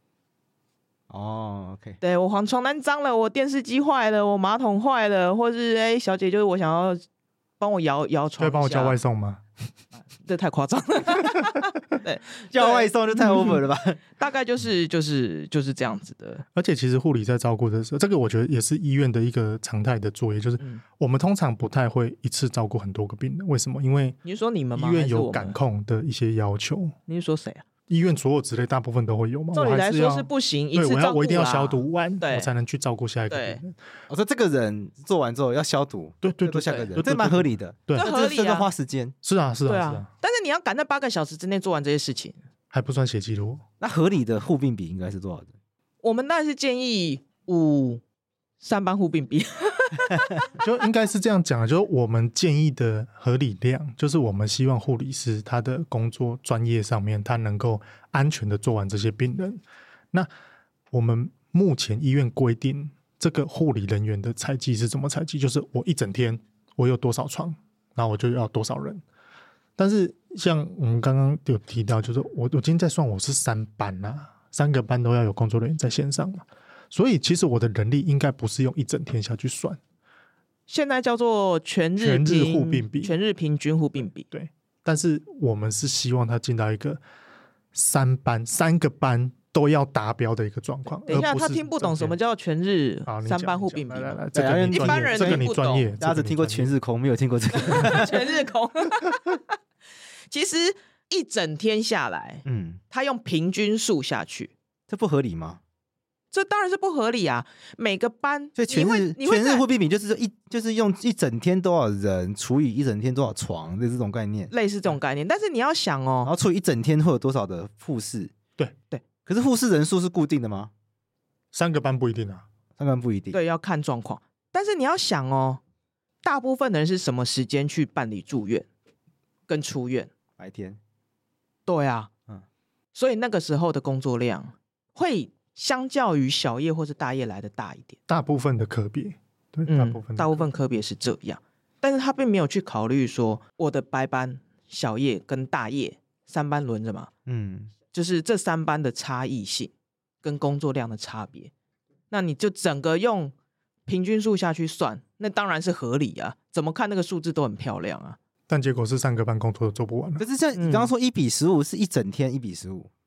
哦 ，OK， 对我床单脏了，我电视机坏了，我马桶坏了，或是哎小姐就是我想要。帮我摇摇床， 对，帮我叫外送吗？ 这太夸张了。对， 叫外送就太 over 了吧？ 大概就是就是就是这样子的。 而且其实护理在照顾的时候，这个我觉得也是医院的一个常态的作业，就是我们通常不太会一次照顾很多个病人。为什么？因为你是说你们吗？ 医院有感控的一些要求。 你是说谁啊？ 医院所有之类大部分都会有嘛？ 照理来说是不行，一次照顾啦， 对，我要我一定要消毒完，我才能去照顾下一个病人。 我说这个人做完之后要消毒， 对对对， 下个人，这蛮合理的， 对， 这合理啊， 这个花时间， 是啊是啊是啊。 但是你要赶在八个小时之内做完这些事情， 还不算写记录。 那合理的护病比应该是多少人？ 我们当然是建议五三班护病比。 就应该是这样讲的，就是我们建议的合理量，就是我们希望护理师他的工作专业上面，他能够安全的做完这些病人。那我们目前医院规定，这个护理人员的采集是怎么采集？就是我一整天我有多少床，然后我就要多少人。但是像我们刚刚有提到，就是我我今天在算我是三班啊，三个班都要有工作人员在线上嘛。所以其实我的人力应该不是用一整天下去算， 现在叫做全日全日护病比， 全日平均护病比。 对，但是我们是希望他进到一个三班三个班都要达标的一个状况。 等一下，他听不懂什么叫全日三班护病比。 来来，这个你一般人这个你专业， 大家只听过全日空，没有听过这个全日空。其实一整天下来，嗯，他用平均数下去， 这不合理吗？ 这当然是不合理啊！每个班， 所以全日全日护病比就是一就是用一整天多少人除以一整天多少床的这种概念， 类似这种概念。但是你要想哦， 然后除以一整天会有多少的护士？ 对对。 可是护士人数是固定的吗？ 三个班不一定啊， 三个班不一定。 对，要看状况。但是你要想哦，大部分的人是什么时间去办理住院跟出院？ 白天。 对啊，嗯，所以那个时候的工作量会。相较于小夜或是大夜来的大一点， 大部分的科别，对， 嗯、 大部分大部分科别是这样，但是他并没有去考虑说我的白班、小夜跟大夜三班轮着嘛，嗯，就是这三班的差异性跟工作量的差别，那你就整个用平均数下去算，那当然是合理啊，怎么看那个数字都很漂亮啊， 但结果是三个班工作都做不完了。 可是像你刚刚说一比十五是一整天一比十五。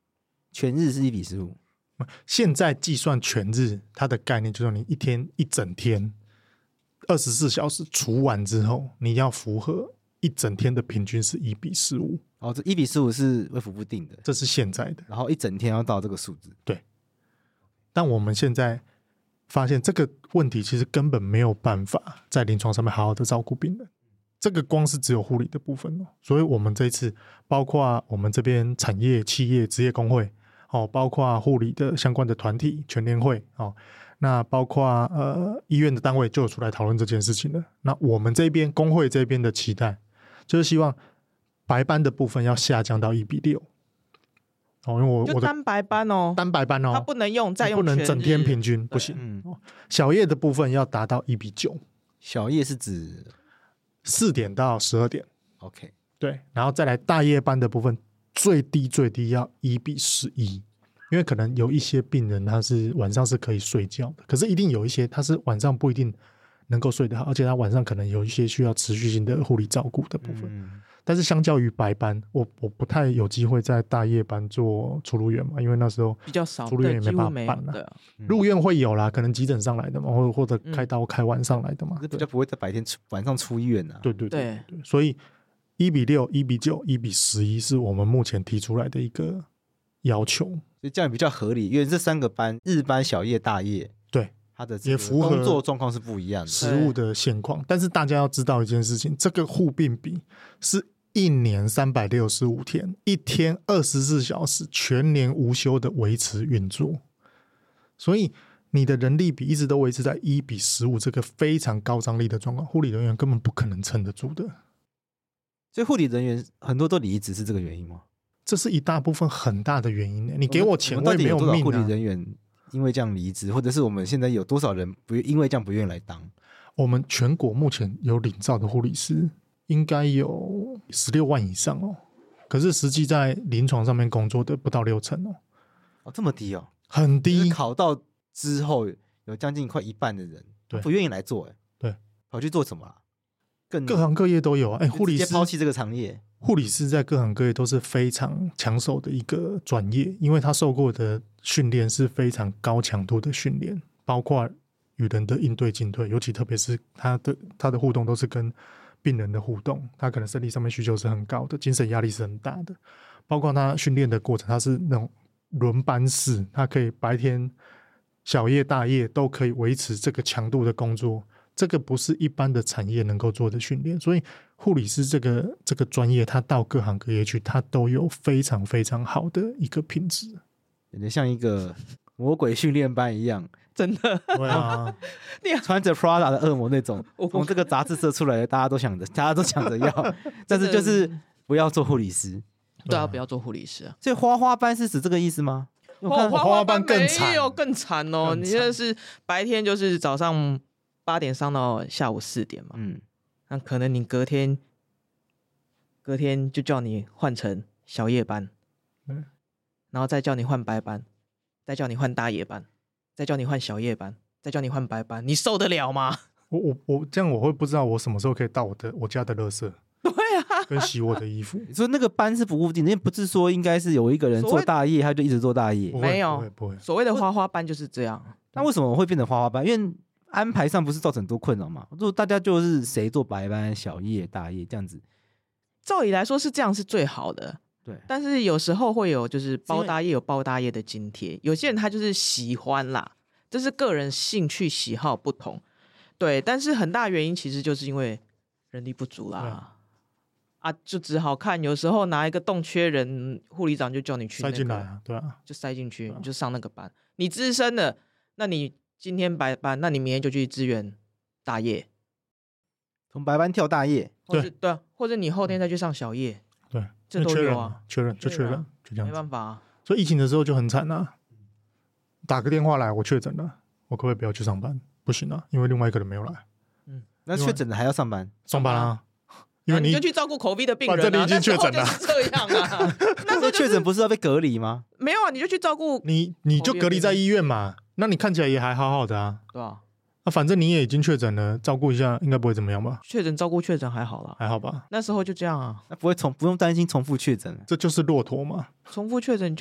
全日是一比十五。 现在计算全日，它的概念就是你一天一整天二十四小时除完之后，你要符合一整天的平均是一比十五。 哦，这一比十五是卫福部定的， 这是现在的， 然后一整天要到这个数字。 对，但我们现在发现这个问题其实根本没有办法在临床上面好好的照顾病人。这个光是只有护理的部分哦，所以我们这一次包括我们这边产业、企业、职业工会哦，包括护理的相关的团体、全联会哦，那包括呃医院的单位就有出来讨论这件事情了。那我们这边工会这边的期待就是希望白班的部分要下降到一比六。哦，因为我就我的单白班哦， 单白班哦， 它不能用再用不能全日整天平均不行。 嗯， 小夜的部分要达到一比九， 小夜是指四点到十二点。 OK， 对，然后再来大夜班的部分，最低最低要一比十一，因为可能有一些病人他是晚上是可以睡觉的，可是一定有一些他是晚上不一定能够睡得好，而且他晚上可能有一些需要持续性的护理照顾的部分。 嗯， 但是相较于白班，我我不太有机会在大夜班做出入院嘛，因为那时候比较少， 出入院也对，几乎没办没有的。 法办啊。入院会有啦，可能急诊上来的嘛，或者或者开刀开完上来的嘛，对这比较不会在白天出晚上出医院啊。 对对对对对，所以一比六、一比九、一比十一是我们目前提出来的一个要求。 所以这样比较合理，因为这三个班日班、小夜、大夜， 对， 它的这个也符合工作状况是不一样的。 食物的现况，但是大家要知道一件事情，这个护病比是一年三百六十五天，一天二十四小时，全年无休的维持运作，所以你的人力比一直都维持在一比十五这个非常高张力的状况，护理人员根本不可能撑得住的。 所以护理人员很多都离职，是这个原因吗？ 这是一大部分很大的原因。你给我钱， 我们我也没有命到底有多少护理啊。 人员因为这样离职，或者是我们现在有多少人不因为这样不愿意来当？ 我们全国目前有领照的护理师应该有十六万以上哦，可是实际在临床上面工作的不到六成哦， 哦，这么低哦， 很低。 就是考到之后有将近快一半的人对不愿意来做，哎， 对， 跑去做什么啦？更各行各业都有啊。哎，护理直师接抛弃这个行业， 护理师在各行各业都是非常抢手的一个专业，因为他受过的训练是非常高强度的训练，包括与人的应对进退，尤其特别是他的他的互动都是跟病人的互动，他可能生理上面需求是很高的，精神压力是很大的，包括他训练的过程，他是那种轮班式，他可以白天小夜大夜都可以维持这个强度的工作，这个不是一般的产业能够做的训练，所以护理师这个这个专业，他到各行各业去，他都有非常非常好的一个品质， 有点像一个魔鬼训练班一样， 真的。 对啊， 穿着 Prada 的恶魔那种， 我从这个杂志社出来的，大家都想着，大家都抢着要，但是就是不要做护理师。 对啊，不要做护理师啊。 所以花花班是指这个意思吗？我看花花班更惨没有更惨哦。 更惨你现在是白天就是早上八点上到下午四点嘛， 嗯， 那可能你隔天隔天就叫你换成小夜班， 嗯， 然后再叫你换白班，再叫你换大夜班，再叫你换小夜班，再叫你换白班，你受得了吗？ 我我我这样我会不知道我什么时候可以到我的我家的垃圾对啊， 跟洗我的衣服。 你说那个班是不固定的，因为不是说应该是有一个人所谓做大夜，他就一直做大夜不。会没有不会不会， 所谓的花花班就是这样。 那为什么会变成花花班？因为安排上不是造成很多困扰嘛？如果大家就是谁做白班、小夜、大夜这样子， 照理来说是这样是最好的， 对， 但是有时候会有就是包因为大夜有包大夜的津贴，有些人他就是喜欢啦，这是个人兴趣喜好不同，对，但是很大原因其实就是因为人力不足啦，啊，就只好看有时候哪一个洞缺人，护理长就叫你去、那个、 塞进来啊，对啊， 就塞进去， 对啊你就上那个班，你资深的，那你今天白班，那你明天就去支援大夜， 从白班跳大夜， 或者对啊，或者你后天再去上小夜， 对， 这都确认有啊， 确认就确认确认啊，没就这样子。 办法啊。 所以疫情的时候就很惨啊，打个电话来，我确诊了，我可不可以不要去上班？不行啊，因为另外一个人没有来那确诊了还要上班， 上班啊，因为你啊你就去照顾口鼻的病人、啊， 反正你已经确诊了那时候就是这样啊。那时候、就是、 确诊不是要被隔离吗？ 没有啊，你就去照顾， 你你就隔离在医院嘛，那你看起来也还好好的啊， 对吧？ 那、啊、反正你也已经确诊了，照顾一下应该不会怎么样吧？ 确诊照顾确诊还好啦， 还好吧？ 那时候就这样啊， 那不会重不用担心重复确诊， 这就是骆驼嘛。 重复确诊就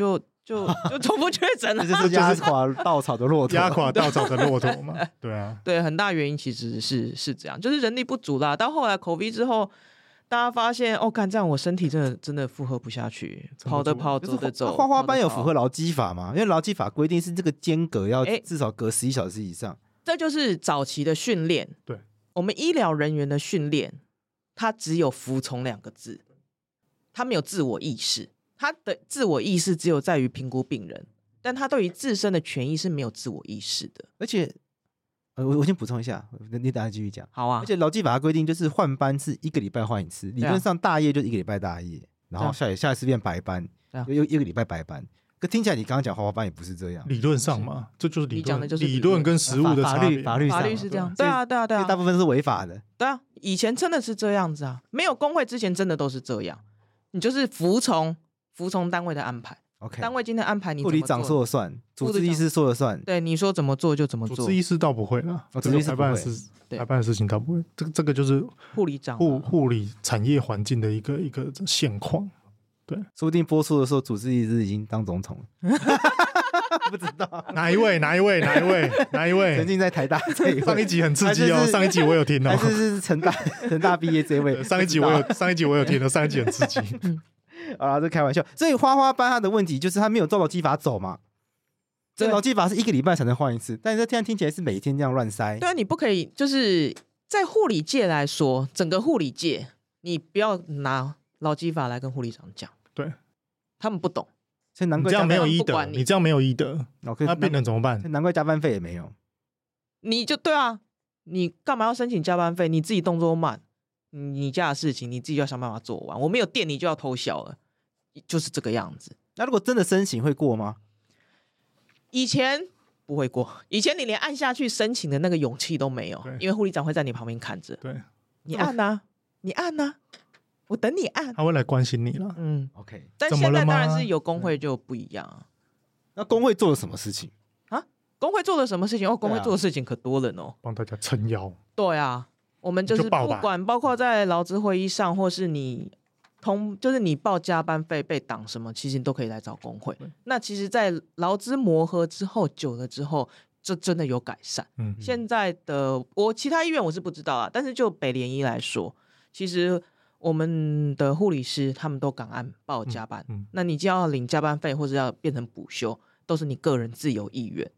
就就都不确诊了。 这就是压垮稻草的骆驼， 压垮稻草的骆驼嘛。对啊， 对，很大原因其实是是这样，就是人力不足啦。到后来 COVID 之后，大家发现哦，干这样我身体真的真的负荷不下去，跑的跑，走的走。 花花班有符合劳基法吗？因为劳基法规定是这个间隔要至少隔十一小时以上。 这就是早期的训练。 对， 我们医疗人员的训练，它只有服从两个字，他没有自我意识。他的自我意识只有在于评估病人，但他对于自身的权益是没有自我意识的。 而且，呃，我我先补充一下，你等下继续讲。 好啊。 而且劳基法规定就是换班是一个礼拜换一次，理论上大夜就一个礼拜大夜，然后下下一次变白班，又一个礼拜白班。可听起来你刚刚讲花花班也不是这样， 理论上嘛，这就是理论， 就是理论跟实务的差别。 法律法律是这样，对啊对啊对啊， 大部分是违法的。 对啊，以前真的是这样子啊，没有工会之前真的都是这样，你就是服从。服从单位的安排 ，OK， 单位今天安排你护理长说了算，主治医师说了算， 对，你说怎么做就怎么做。 主治医师倒不会啦， 哦、主治医师排办的事，排办的事情倒不会。这个这个就是护理长护护理产业环境的一个一个现况。对， 说不定播出的时候，主治医师已经当总统了，不知道哪一位哪一位哪一位哪一位， 曾经在台大这一位， 上一集很刺激哦，上一集我有听哦， 还是是成大成大毕业这位， 上一集我有上一集我有听的，上一集很刺激。 啊，这开玩笑。所以花花班他的问题就是他没有照劳基法走嘛。这劳基法是一个礼拜才能换一次，但是这样听起来是每天这样乱塞。 对啊，你不可以就是在护理界来说，整个护理界，你不要拿劳基法来跟护理长讲， 对， 他们不懂。 所以难怪你这样没有医德，你这样没有医德，那病人怎么办？ 难怪加班费也没有。 你就对啊，你干嘛要申请加班费？你自己动作慢。你家的事情你自己要想办法做完，我没有电你就要偷笑了，就是这个样子。 那如果真的申请会过吗？ 以前不会过，以前你连按下去申请的那个勇气都没有，因为护理长会在你旁边看着。 对， 你按啊，你按啊，我等你按， 他会来关心你了。 嗯 ，OK。 但现在当然是有工会就不一样啊。 那工会做了什么事情啊？工会做了什么事情？哦，工会做的事情可多了哦， 帮大家撑腰。 对啊。我们就是不管，包括在劳资会议上，或是你通，就是你报加班费被挡什么，其实你都可以来找工会。那其实，在劳资磨合之后，久了之后，就真的有改善。嗯，现在的我其他医院我是不知道啊，但是就北联医来说，其实我们的护理师他们都敢按报加班。嗯嗯、那你就要领加班费，或者要变成补休，都是你个人自由意愿。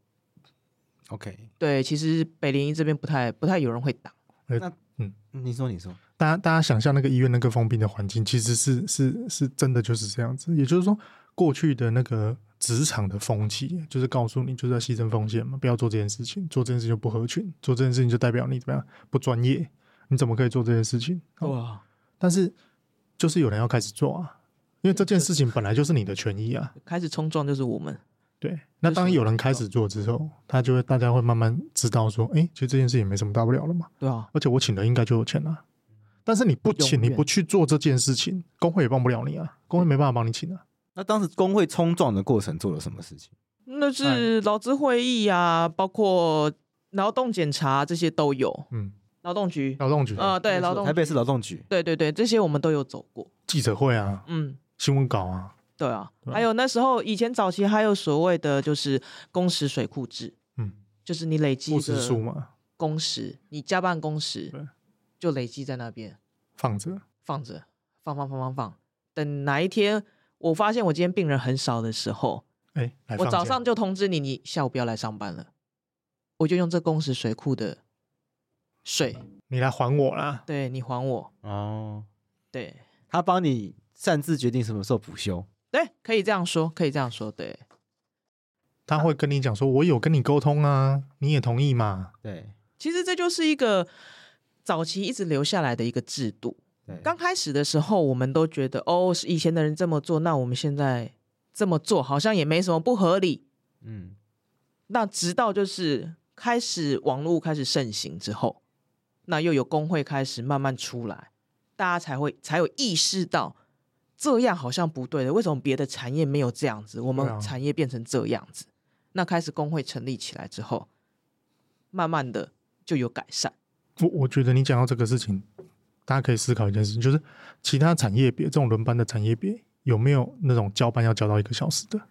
OK， 对，其实北联医这边不太不太有人会挡。 那嗯，你说你说， 大家大家想象那个医院那个封闭的环境，其实是是是真的就是这样子。也就是说，过去的那个职场的风气，就是告诉你就是要牺牲奉献嘛，不要做这件事情，做这件事情就不合群，做这件事情就代表你怎么样不专业，你怎么可以做这件事情？哇、哦！但是就是有人要开始做啊，因为这件事情本来就是你的权益啊， 开始冲撞就是我们。 对，那当有人开始做之后，他就会大家会慢慢知道说，哎，其实这件事情没什么大不了了嘛。 对啊， 而且我请的应该就有钱啊。但是你不请，你不去做这件事情，工会也帮不了你啊，工会没办法帮你请啊。 那当时工会冲撞的过程做了什么事情？ 那是劳资会议啊，包括劳动检查这些都有。嗯，劳动局， 劳动局啊、呃，对，劳动台北市劳动局， 对对对，这些我们都有走过。 记者会啊，嗯，新闻稿啊。 对啊，还有那时候以前早期还有所谓的就是工时水库制，嗯，就是你累积的工时，你加班工时就累积在那边放着放着放放放放放，等哪一天我发现我今天病人很少的时候， 哎， 我早上就通知你，你下午不要来上班了，我就用这工时水库的水， 你来还我啦， 对你还我哦， 对， 他帮你擅自决定什么时候补休。 对，可以这样说，可以这样说，对。 他会跟你讲说，我有跟你沟通啊，你也同意嘛？ 对， 其实这就是一个早期一直留下来的一个制度。刚开始的时候，我们都觉得，哦，是以前的人这么做，那我们现在这么做好像也没什么不合理。嗯，那直到就是开始网络开始盛行之后，那又有工会开始慢慢出来，大家才会才有意识到。这样好像不对的，为什么别的产业没有这样子？我们产业变成这样子，啊、那开始工会成立起来之后，慢慢的就有改善。 我我觉得你讲到这个事情，大家可以思考一件事情，就是其他产业别这种轮班的产业别有没有那种交班要交到一个小时的？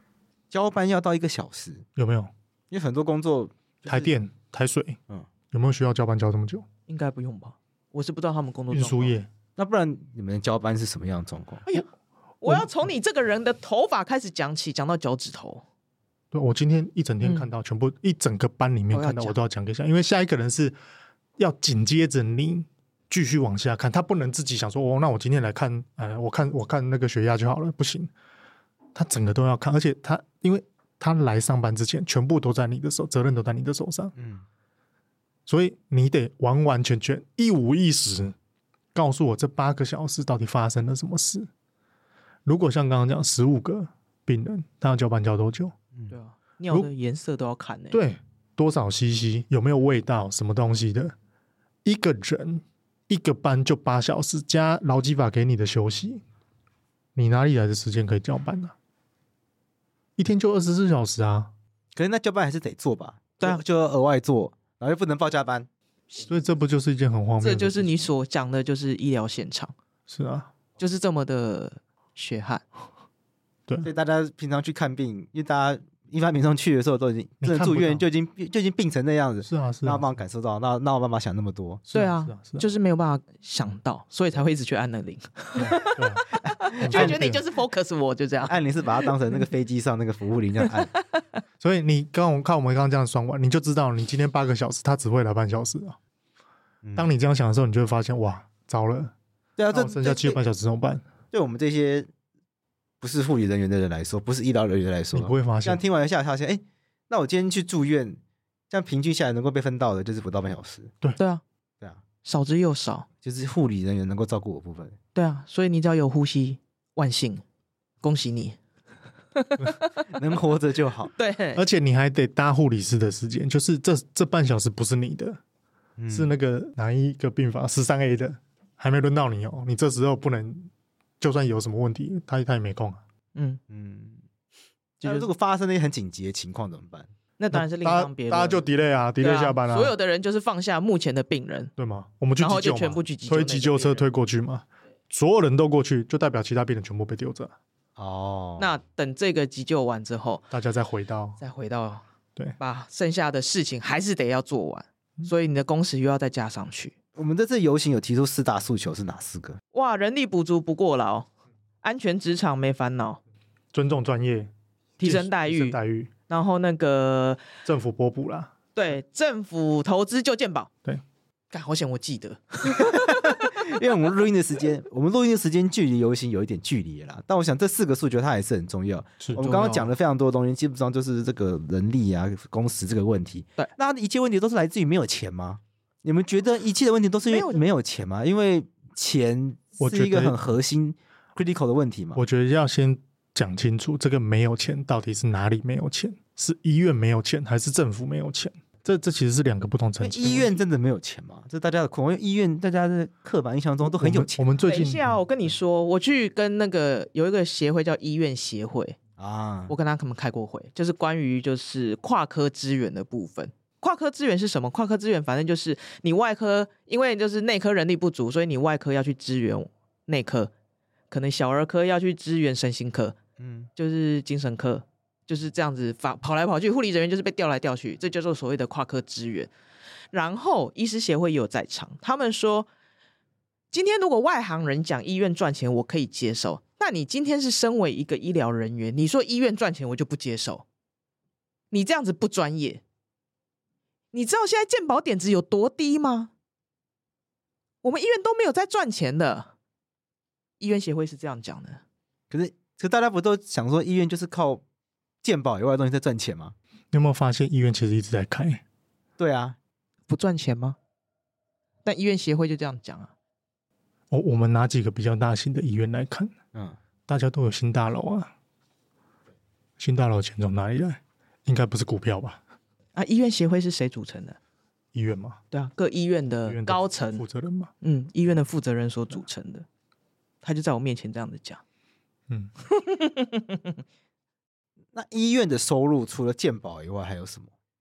交班要到一个小时， 有没有？ 因为很多工作、就是、 台电、台水， 嗯， 有没有需要交班交这么久？ 应该不用吧？我是不知道他们工作运输业， 那不然你们交班是什么样的状况？ 哎呀，我要从你这个人的头发开始讲起，讲到脚趾头。 对，我今天一整天看到，嗯、全部一整个班里面看到，我都要讲给下，因为下一个人是要紧接着你继续往下看，他不能自己想说哦，那我今天来看，呃，我看我看那个血压就好了，不行，他整个都要看，而且他因为他来上班之前，全部都在你的手，责任都在你的手上，嗯，所以你得完完全全一五一十告诉我这八个小时到底发生了什么事。如果像刚刚讲十五个病人，他要交班交多久？ 嗯、对啊，尿的颜色都要看呢、欸。 对，多少 C C， 有没有味道，什么东西的？一个人一个班就八小时，加劳基法给你的休息，你哪里来的时间可以交班呢、啊？一天就二十四小时啊！ 可是那交班还是得做吧？ 对啊， 就要额外做，然后又不能报加班， 所以这不就是一件很荒谬的事？ 这就是你所讲的，就是医疗现场。 是啊， 就是这么的血汗。 对， 所以大家平常去看病，因为大家一般民众去的时候都已经真的住院就已经就已经病成那样子， 是啊是啊， 那有办法感受到，那那有办法想那么多， 对啊， 是啊是啊， 就是没有办法想到，所以才会一直去按那铃， 对啊， 就会觉得你就是 focus 我就这样， 按铃是把它当成那个飞机上那个服务铃这样按， 所以你刚我看我们刚刚这样算完，你就知道你今天八个小时，他只会来半小时啊。嗯、当你这样想的时候，你就会发现哇，糟了， 对啊，这剩下七个半小时怎么办？ 对我们这些不是护理人员的人来说，不是医疗人员来说， 你不会发现。 像听完一下，发现哎，那我今天去住院，这样平均下来能够被分到的就是不到半小时。 对对啊， 对啊， 少之又少， 就是护理人员能够照顾我部分。 对啊，所以你只要有呼吸，万幸，恭喜你， 能活着就好。 对， 而且你还得搭护理师的时间，就是这这半小时不是你的，嗯、是那个哪一个病房十三 A 的，还没轮到你哦，你这时候不能。就算有什么问题，他他也没空啊。 嗯嗯，就是如果发生那些很紧急的情况怎么办？ 那当然是另当别论。 大家就 delay 啊 ，delay 下班啊。 所有的人就是放下目前的病人， 对吗？我们去急救嘛， 然后就全部去急救， 推急救车推过去嘛，所有人都过去，就代表其他病人全部被丢着。 哦， 那等这个急救完之后， 大家再回到再回到对， 把剩下的事情还是得要做完，嗯、所以你的工时又要再加上去。 我们这次游行有提出四大诉求是哪四个？ 哇，人力补足不过劳，安全职场没烦恼， 尊重专业， 提升待遇， 待遇， 然后那个政府拨补啦， 对，政府投资就健保， 对， 干好险我记得， 因为我们录音的时间，我们录音的时间距离游行有一点距离啦，但我想这四个诉求它还是很重要。 是我们刚刚讲了非常多的东西，基本上就是这个人力啊、工时这个问题。 对， 那一切问题都是来自于没有钱吗？你们觉得一切的问题都是因为没有钱吗？因为钱是一个很核心 critical 的问题嘛。 我觉得要先讲清楚，这个没有钱到底是哪里没有钱？是医院没有钱，还是政府没有钱？这这其实是两个不同层级。 医院真的没有钱吗？这大家的困惑。因为医院大家的刻板印象中都很有钱。 我们最近， 等一下，我跟你说，我去跟那个有一个协会叫医院协会啊， 我跟他们开过会，就是关于就是跨科资源的部分。跨科资源是什么？跨科资源反正就是你外科，因为就是内科人力不足，所以你外科要去支援内科，可能小儿科要去支援身心科，嗯，就是精神科，就是这样子跑跑来跑去，护理人员就是被调来调去，这就是所谓的跨科资源。然后医师协会也有在场，他们说，今天如果外行人讲医院赚钱，我可以接受。那你今天是身为一个医疗人员，你说医院赚钱，我就不接受。你这样子不专业。你知道现在健保点值有多低吗？我们医院都没有在赚钱的，医院协会是这样讲的。 可是，可是大家不都想说医院就是靠健保以外的东西在赚钱吗？ 你有没有发现医院其实一直在开？ 对啊， 不赚钱吗？但医院协会就这样讲啊。 哦，我们拿几个比较大型的医院来看， 嗯， 大家都有新大楼啊，新大楼钱从哪里来？应该不是股票吧？ 啊，医院协会是谁组成的？ 医院吗？ 对啊，各医院的高层负责人嘛。 嗯，医院的负责人所组成的，他就在我面前这样子讲。 嗯， 那医院的收入除了健保以外还有什么？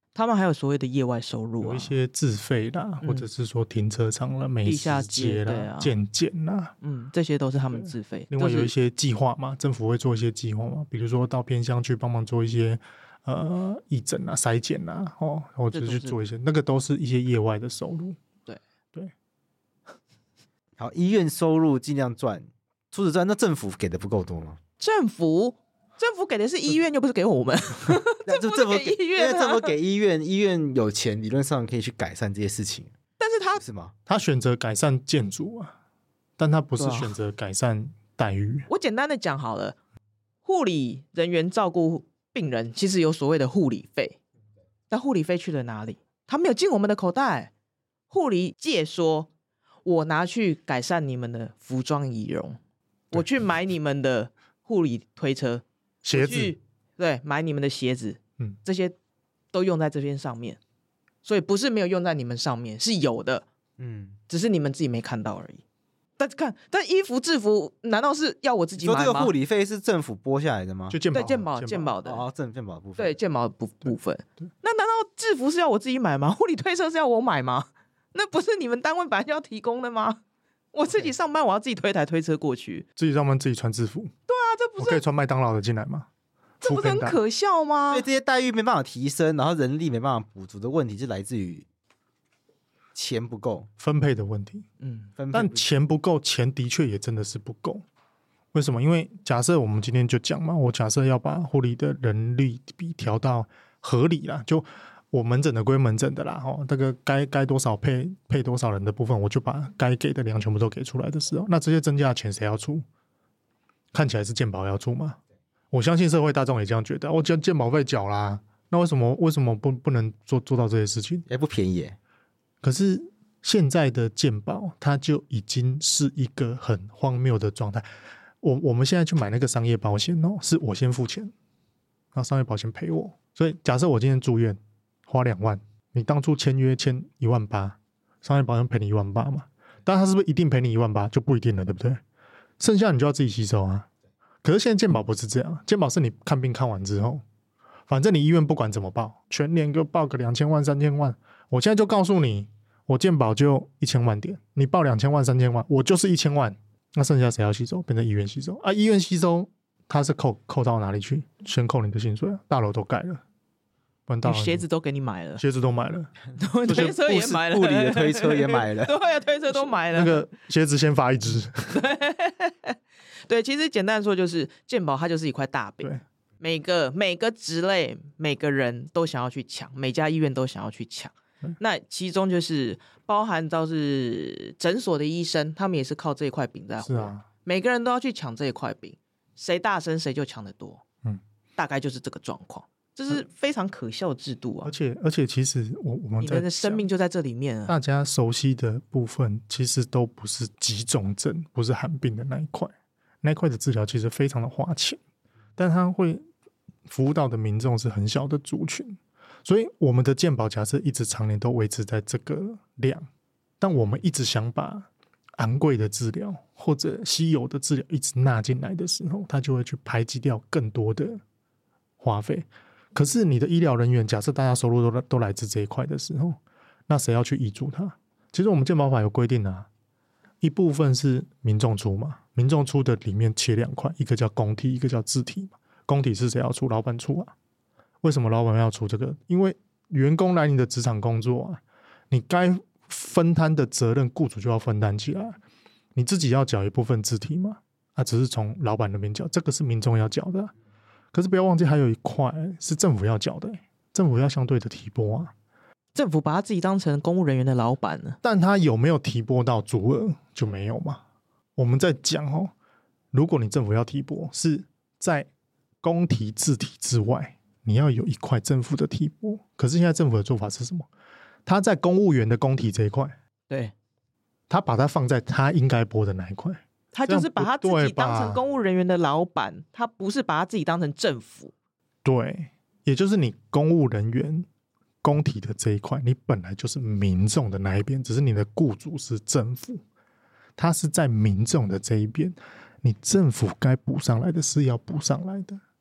他们还有所谓的业外收入、啊， 有一些自费啦，嗯、或者是说停车场啦、美食街啦、健检啦， 嗯，这些都是他们自费。 另外有一些计划嘛，政府会做一些计划嘛，比如说到偏乡去帮忙做一些呃义诊啊、筛检啊，哦，或者是去做一些，那个都是一些业外的收入。 对对。 好，医院收入尽量赚，除此之外，那政府给的不够多吗？ 政府。政府给的是医院，又不是给我们。政府给医院、啊， 因为政府给医院，医院有钱，理论上可以去改善这些事情。 但是他是吗？ 他选择改善建筑啊，但他不是选择改善待遇。 啊、我简单的讲好了，护理人员照顾病人，其实有所谓的护理费，但护理费去了哪里？他没有进我们的口袋。护理界说，我拿去改善你们的服装仪容，我去买你们的护理推车。 鞋子， 对，买你们的鞋子， 嗯， 这些都用在这边上面，所以不是没有用在你们上面，是有的， 嗯， 只是你们自己没看到而已。但看，但衣服制服难道是要我自己买吗？ 说这个护理费是政府拨下来的吗？ 就健保， 对健保健保的， 哦，政健保的部分， 对健保的部部分。那难道制服是要我自己买吗？护理推车是要我买吗？那不是你们单位本来就要提供的吗？我自己上班，我要自己推台推车过去。 自己上班自己穿制服。 对啊，这不是我可以穿麦当劳的进来吗？ 这不是很可笑吗？ 所以这些待遇没办法提升，然后人力没办法补足的问题，就来自于钱不够分配的问题。 嗯， 分配但钱不够，钱的确也真的是不够。为什么？因为假设我们今天就讲嘛，我假设要把护理的人力比调到合理啦，就。我门诊的归门诊的啦，哦，这个该该多少配配多少人的部分，我就把该给的量全部都给出来的时候，那这些增加的钱谁要出？看起来是健保要出嘛？我相信社会大众也这样觉得，我交健保费缴啦，那为什么为什么不不能做做到这些事情？ 也不便宜耶。 可是现在的健保，它就已经是一个很荒谬的状态。我我们现在去买那个商业保险哦，是我先付钱，然后商业保险赔我。所以假设我今天住院。花两万，你当初签约签一万八，商业保险赔你一万八嘛？但他是不是一定赔你一万八就不一定了，对不对？剩下你就要自己吸收啊。可是现在健保不是这样，健保是你看病看完之后，反正你医院不管怎么报，全年给我报个两千万、三千万，我现在就告诉你，我健保就一千万点，你报两千万、三千万，我就是一千万，那剩下谁要吸收？变成医院吸收啊？医院吸收，它是扣扣到哪里去？先扣你的薪水啊，大楼都盖了。 鞋子都给你买了， 鞋子都买了， 推车也买了， 护理的推车也买了， 对啊，推车都买了。 那个鞋子先发一只， 对，对，其实简单说就是健保它就是一块大饼，每个每个职类每个人都想要去抢，每家医院都想要去抢。那其中就是包含到是诊所的医生，他们也是靠这一块饼在活， 啊， 每个人都要去抢这一块饼，谁大声谁就抢得多， 嗯， 大概就是这个状况。这是非常可笑的制度啊！ 而且而且，其实我我们你们的生命就在这里面啊。 大家熟悉的部分，其实都不是急重症，不是罕病的那一块。那一块的治疗其实非常的花钱，但它会服务到的民众是很小的族群，所以我们的健保假设一直常年都维持在这个量，但我们一直想把昂贵的治疗或者稀有的治疗一直纳进来的时候，它就会去排挤掉更多的花费。可是你的医疗人员，假设大家收入 都, 都来自这一块的时候，那谁要去挹注它？其实我们健保法有规定啊，一部分是民众出嘛，民众出的里面切两块，一个叫公体，一个叫自体嘛。公体是谁要出？老板出啊。为什么老板要出这个？因为员工来你的职场工作啊，你该分摊的责任，雇主就要分担起来，你自己要缴一部分自体嘛，啊，只是从老板那边缴，这个是民众要缴的啊。可是不要忘记还有一块是政府要缴的，政府要相对的提拨啊。 政府把他自己当成公务人员的老板了， 但他有没有提拨到足额就没有嘛。我们在讲哦，如果你政府要提拨，是在公提自提之外，你要有一块政府的提拨。可是现在政府的做法是什么？他在公务员的公提这一块， 对， 他把它放在他应该拨的那一块。 他就是把他自己当成公务人员的老板，他不是把他自己当成政府。 对，也就是你公务人员公体的这一块，你本来就是民众的那一边，只是你的雇主是政府，他是在民众的这一边，你政府该补上来的是要补上来的。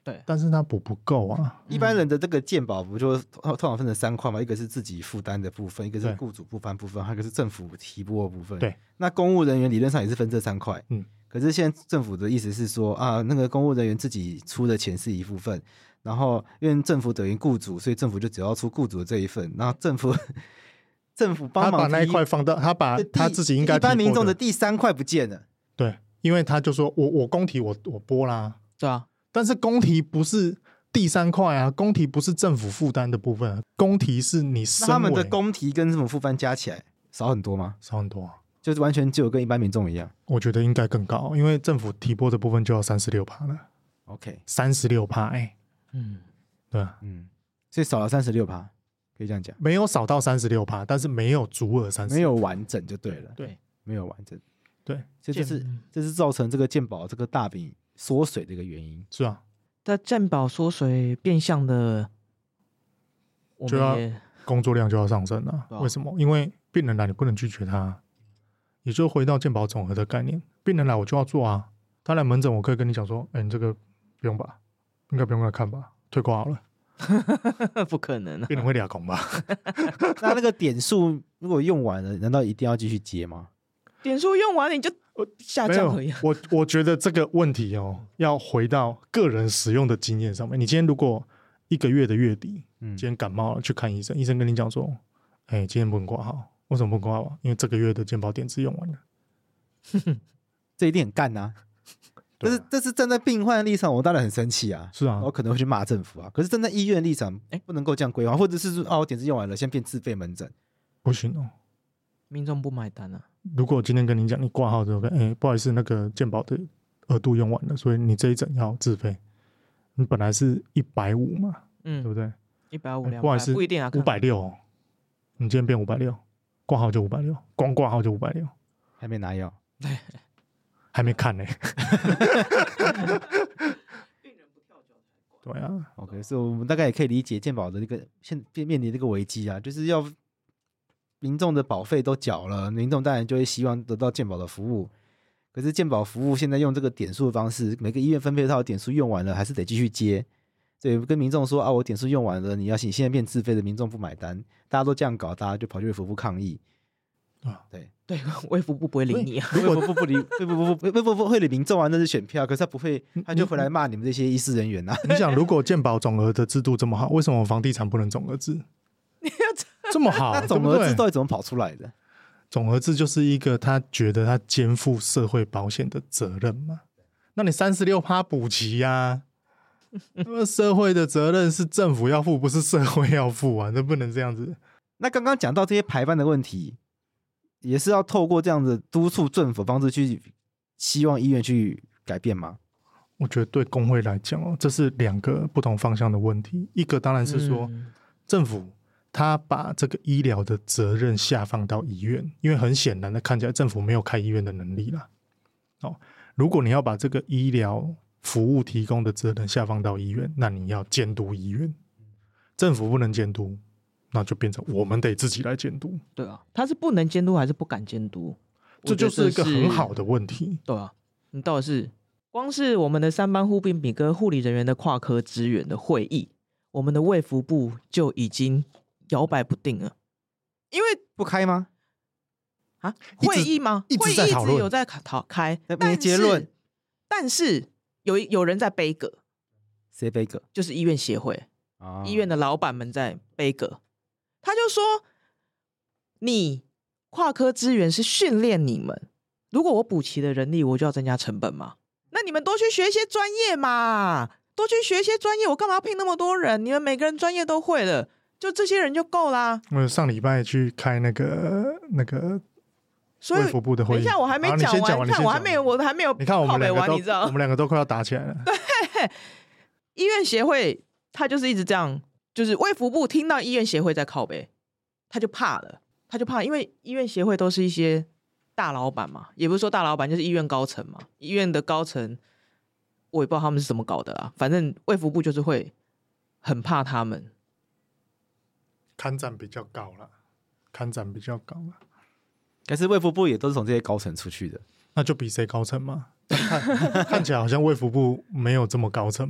对， 但是他补不够啊。 一般人的这个健保不就通常分成三块嘛？一个是自己负担的部分，一个是对雇主负担部分，还有一个是政府提拨的部分。 对， 那公务人员理论上也是分这三块。 嗯， 可是现在政府的意思是说啊，那个公务人员自己出的钱是一部分，然后因为政府等于雇主，所以政府就只要出雇主的这一份，然后政府政府帮忙他把那一块放到他把他自己应该一般民众的提第三块不见了。 拨的对，因为他就说我我公提我我拨啦， 对啊， 但是公提不是第三块啊，公提不是政府负担的部分、啊，公提是你那身他们的为公提跟什么负担加起来少很多吗？ 少很多、啊， 就是完全只有跟一般民众一样。 我觉得应该更高，因为政府提拨的部分就要三十六趴了， OK， 三十六趴，哎， 嗯， 对啊， 嗯，所以少了三十六趴，可以这样讲， 没有少到三十六趴，但是没有足额三十， 没有完整就对了。 对， 没有完整， 对， 所以这是健这是造成这个健保这个大饼缩水的一个原因。 是啊， 在健保缩水变相的，我就要们也工作量就要上升了、 对啊为什么？因为病人来你不能拒绝他，也就回到健保总和的概念，病人来我就要做啊。他来门诊，我可以跟你讲说，哎、你这个不用吧，应该不用来看吧，退挂好了。 不可能啊！ 病人会俩拱吧？ 那那个点数如果用完了，难道一定要继续接吗？ 点数用完你就下没有降而已啊。， 我我觉得这个问题哦，要回到个人使用的经验上面。你今天如果一个月的月底， 嗯今天感冒了去看医生，医生跟你讲说，哎、今天不能挂号，为什么不能挂号？因为这个月的健保点子用完了。 这一定很干呐、 对啊但是这是站在病患的立场，我当然很生气啊， 是啊我，可能会去骂政府啊。可是站在医院的立场，哎，不能够这样规划，或者是说啊，我点子用完了，先变自费门诊。 不行哦。 民众不买单啊。 如果我今天跟你讲，你挂号之后，哎、不好意思，那个健保的额度用完了，所以你这一诊要自费。你本来是一百五嘛，对不嗯， 对？ 一百五两百哎不好意思不一定啊， 五百六，你今天变五百六，挂号就五百六，光挂号就五百六， 还没拿药， 还没看呢、对啊， OK，所以我们大概也可以理解健保的那个现面临这个危机啊，就是要民众的保费都缴了，民众当然就会希望得到健保的服务。可是健保服务现在用这个点数的方式，每个医院分配到的点数用完了，还是得继续接。所以跟民众说啊，我点数用完了，你要你现在变自费的，民众不买单，大家都这样搞，大家就跑去卫福部抗议。 啊， 对， 对，卫福部不会理你啊。 卫福部不理，卫福部卫福部会理民众啊，那是选票，可是他不会，他就回来骂你们这些医师人员啊。 你想，如果健保总额的制度这么好，为什么房地产不能总额制？这么好， 那总对不对额制到底怎么跑出来的？ 总额制就是一个他觉得他肩负社会保险的责任嘛。那你三十六趴补齐呀，那么社会的责任是政府要负，不是社会要负啊，这不能这样子。 那刚刚讲到这些排班的问题，也是要透过这样的督促政府方式去希望医院去改变吗？ 我觉得对工会来讲哦，这是两个不同方向的问题。一个当然是说， 嗯政府他把这个医疗的责任下放到医院，因为很显然的看起来政府没有开医院的能力啦。哦，如果你要把这个医疗服务提供的责任下放到医院，那你要监督医院，政府不能监督，那就变成我们得自己来监督， 对啊，他是不能监督还是不敢监督？ 这就是一个很好的。 的问题。 对啊，你到底是光是我们的三班护病比跟护理人员的跨科支援的会议，我们的卫福部就已经摇摆不定了，因为不开吗？ 啊， 一直会议吗？ 一直会议在讨论有在讨开， 没但是结论。 但是有有人在背葛， 谁背个？ 就是医院协会， 啊医院的老板们在背葛，他就说：“你跨科支援是训练你们，如果我补齐了人力，我就要增加成本嘛。那你们多去学一些专业嘛，多去学一些专业，我干嘛要聘那么多人？你们每个人专业都会了，就这些人就够啦。 我上礼拜去开那个那个所以卫福部的会议， 等一下，我还没好你讲完， 先讲完， 你看我还先讲完没有，我还没有你看我们靠北完， 两个都你知道我们两个都快要打起来了。 医院协会他就是一直这样，就是卫福部听到医院协会在靠北，他就怕了，他就怕，因为医院协会都是一些大老板嘛，也不是说大老板，就是医院高层嘛。医院的高层，我也不知道他们是怎么搞的啦，反正卫福部就是会很怕他们。 看展比较高了，看展比较高了， 可是卫福部也都是从这些高层出去的。 那就比谁高层嘛？看看起来好像卫福部没有这么高层嘛。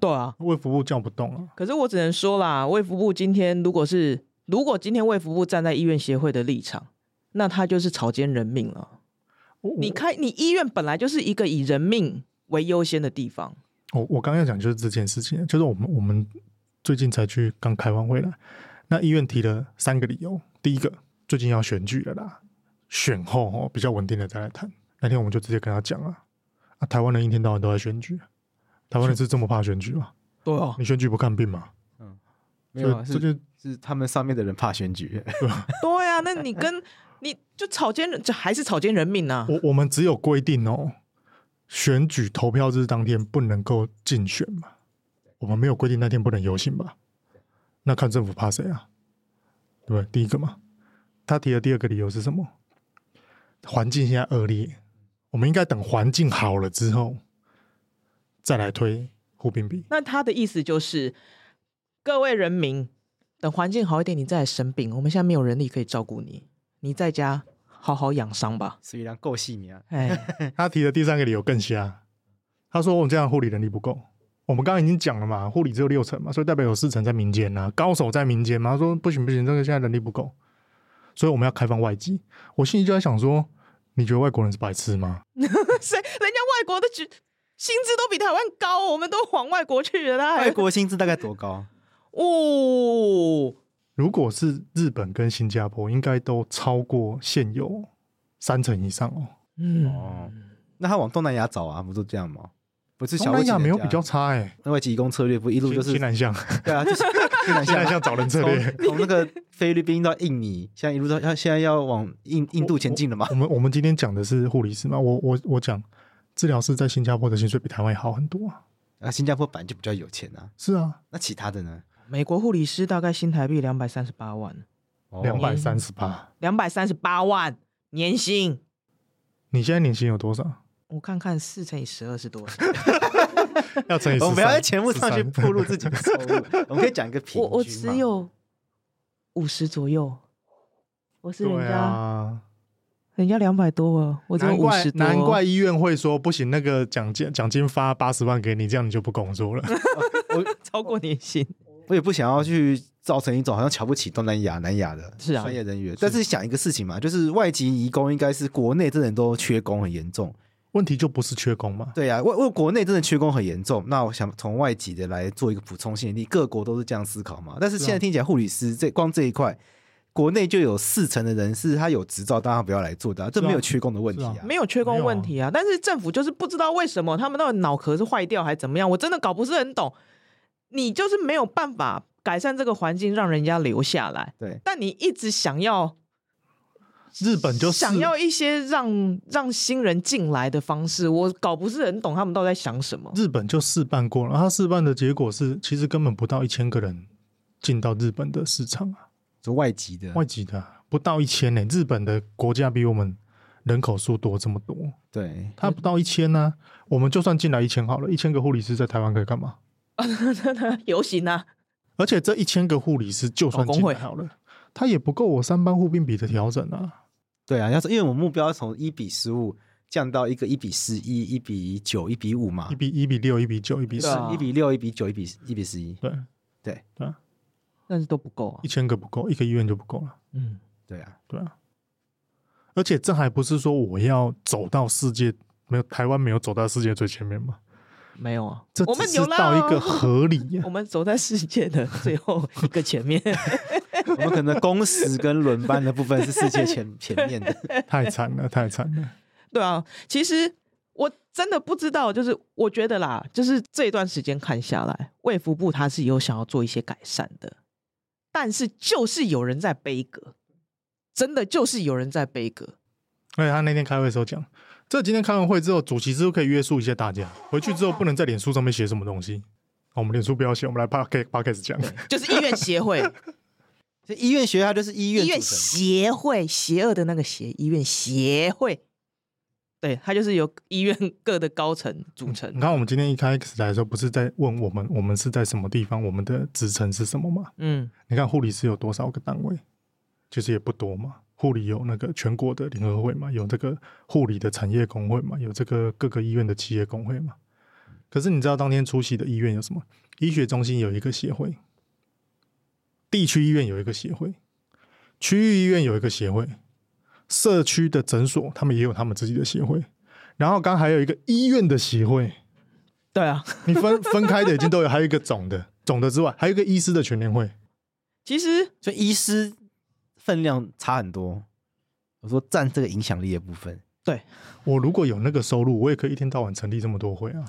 对啊， 卫福部叫不动啊。 可是我只能说啦，卫福部今天如果是如果今天卫福部站在医院协会的立场，那他就是草菅人命了。你开你医院本来就是一个以人命为优先的地方。 我我刚刚要讲就是这件事情，就是我们我们最近才去刚开完会来，那医院提了三个理由。第一个，最近要选举了啦，选后哦比较稳定的再来谈。那天我们就直接跟他讲啊，啊台湾人一天到晚都在选举，台湾人是这么怕选举吗？ 对啊， 你选举不看病吗？ 嗯，没有啊， 这就是是他们上面的人怕选举， 对吧？ 对啊，那你跟你就草菅人，这还是草菅人命啊！ 我我们只有规定哦，选举投票日当天不能够竞选嘛，我们没有规定那天不能游行吧？那看政府怕谁啊？对不对？第一个嘛，他提的第二个理由是什么？环境现在恶劣，我们应该等环境好了之后再来推护病比。 那他的意思就是，各位人民，等环境好一点，你再来生病。我们现在没有人力可以照顾你，你在家好好养伤吧。 虽然够细密啊。 哎， 他提的第三个理由更瞎，他说我们这样护理能力不够。我们刚刚已经讲了嘛，护理只有六成嘛，所以代表有四成在民间啊，高手在民间嘛。他说不行不行，这个现在能力不够，所以我们要开放外籍。我心里就在想说，你觉得外国人是白痴吗？ 谁？人家外国的薪资都比台湾高，我们都往外国去了啦。 外国薪资大概多高？ 哦， 如果是日本跟新加坡，应该都超过现有三成以上哦。 嗯， 哦，那他往东南亚找啊，不是这样吗？不是小东南亚没有比较差哎、欸， 那外籍移工策略不一路就是新南向， 对啊，就是新南新南向找人策略。 从那个菲律宾到印尼，现在一路到现在要往印印度前进了嘛？ 我们我们今天讲的是护理师嘛，我我我讲治疗师在新加坡的薪水比台湾好很多啊。 啊，新加坡本来就比较有钱啊。 是啊， 那其他的呢？ 美国护理师大概新台币两百三十八万， 两百三十八， 两百三十八万年薪。 你现在年薪有多少？ 我看看四乘以十二是多少？ 要乘以十三。 我们不要在节目上去暴露自己的收入，我们可以讲一个平均嘛。 我我只有五十左右，我是人对家、 啊， 人家两百多啊，我只有难怪五十多。 难怪医院会说不行，那个奖金奖金发八十万给你，这样你就不工作了。 我超过年薪。 我也不想要去造成一种好像瞧不起东南亚、南亚的是啊专业人员，但是想一个事情嘛，就是外籍移工应该是国内真的都缺工很严重。 问题就不是缺工嘛？ 对啊，为为国内真的缺工很严重，那我想从外籍的来做一个补充性力，各国都是这样思考嘛。但是现在听起来护理师这光这一块，国内就有四成的人是他有执照，当然不要来做的、啊，这没有缺工的问题啊。 没有缺工问题啊，但是政府就是不知道为什么他们到底脑壳是坏掉还是怎么样，我真的搞不是很懂。你就是没有办法改善这个环境，让人家留下来。 对， 但你一直想要。 日本就是想要一些让让新人进来的方式，我搞不是很懂他们到底在想什么。 日本就试办过了，他试办的结果是，其实根本不到一千个人进到日本的市场啊， 就外籍的， 外籍的、啊、不到一千呢。日本的国家比我们人口数多这么多， 对， 他不到一千呢。我们就算进来一千好了，一千个护理师在台湾可以干嘛？ 游行啊！ 而且这一千个护理师就算进来好了，他也不够我三班护病比的调整啊。 对啊，要是因为我们目标从一比十五降到一个一比十一、一比九、一比五嘛， 一比一比六、一比九、一比十、 啊一比六、一比九、一比一比十一， 对对对啊， 但是都不够啊一。千个不够，一个医院就不够了。 嗯， 对啊， 对啊，而且这还不是说我要走到世界没有台湾没有走到世界最前面吗？ 没有啊， 这我们只是有啦到一个合理、啊。 我们走在世界的最后一个前面。 我们可能工时跟轮班的部分是世界前前面的。 太惨了，太惨了。 对啊，其实我真的不知道，就是我觉得啦，就是这一段时间看下来，卫福部他是有想要做一些改善的，但是就是有人在背锅，真的就是有人在背锅。 而且他那天开会的时候讲，这今天开完会之后，主席是不是可以约束一下大家？回去之后不能在脸书上面写什么东西。好，我们脸书不要写，我们来 podcast 讲， 就是医院协会。 就医院学它就是医院医院协会，邪恶的那个邪，医院协会，对，它就是由医院各的高层组成。 你看，我们今天一开始来的时候，不是在问我们，我们是在什么地方，我们的职称是什么吗？ 嗯， 你看护理师有多少个单位？其实也不多嘛。护理有那个全国的联合会嘛，有这个护理的产业工会嘛，有这个各个医院的企业工会嘛。 可是你知道当天出席的医院有什么？医学中心有一个协会，地区医院有一个协会，区域医院有一个协会，社区的诊所他们也有他们自己的协会，然后刚还有一个医院的协会。 对啊， 你分分开的已经都有，还有一个总的总的之外，还有一个医师的全联会。 其实所以医师分量差很多。我说占这个影响力的部分。 对， 我如果有那个收入，我也可以一天到晚成立这么多会啊。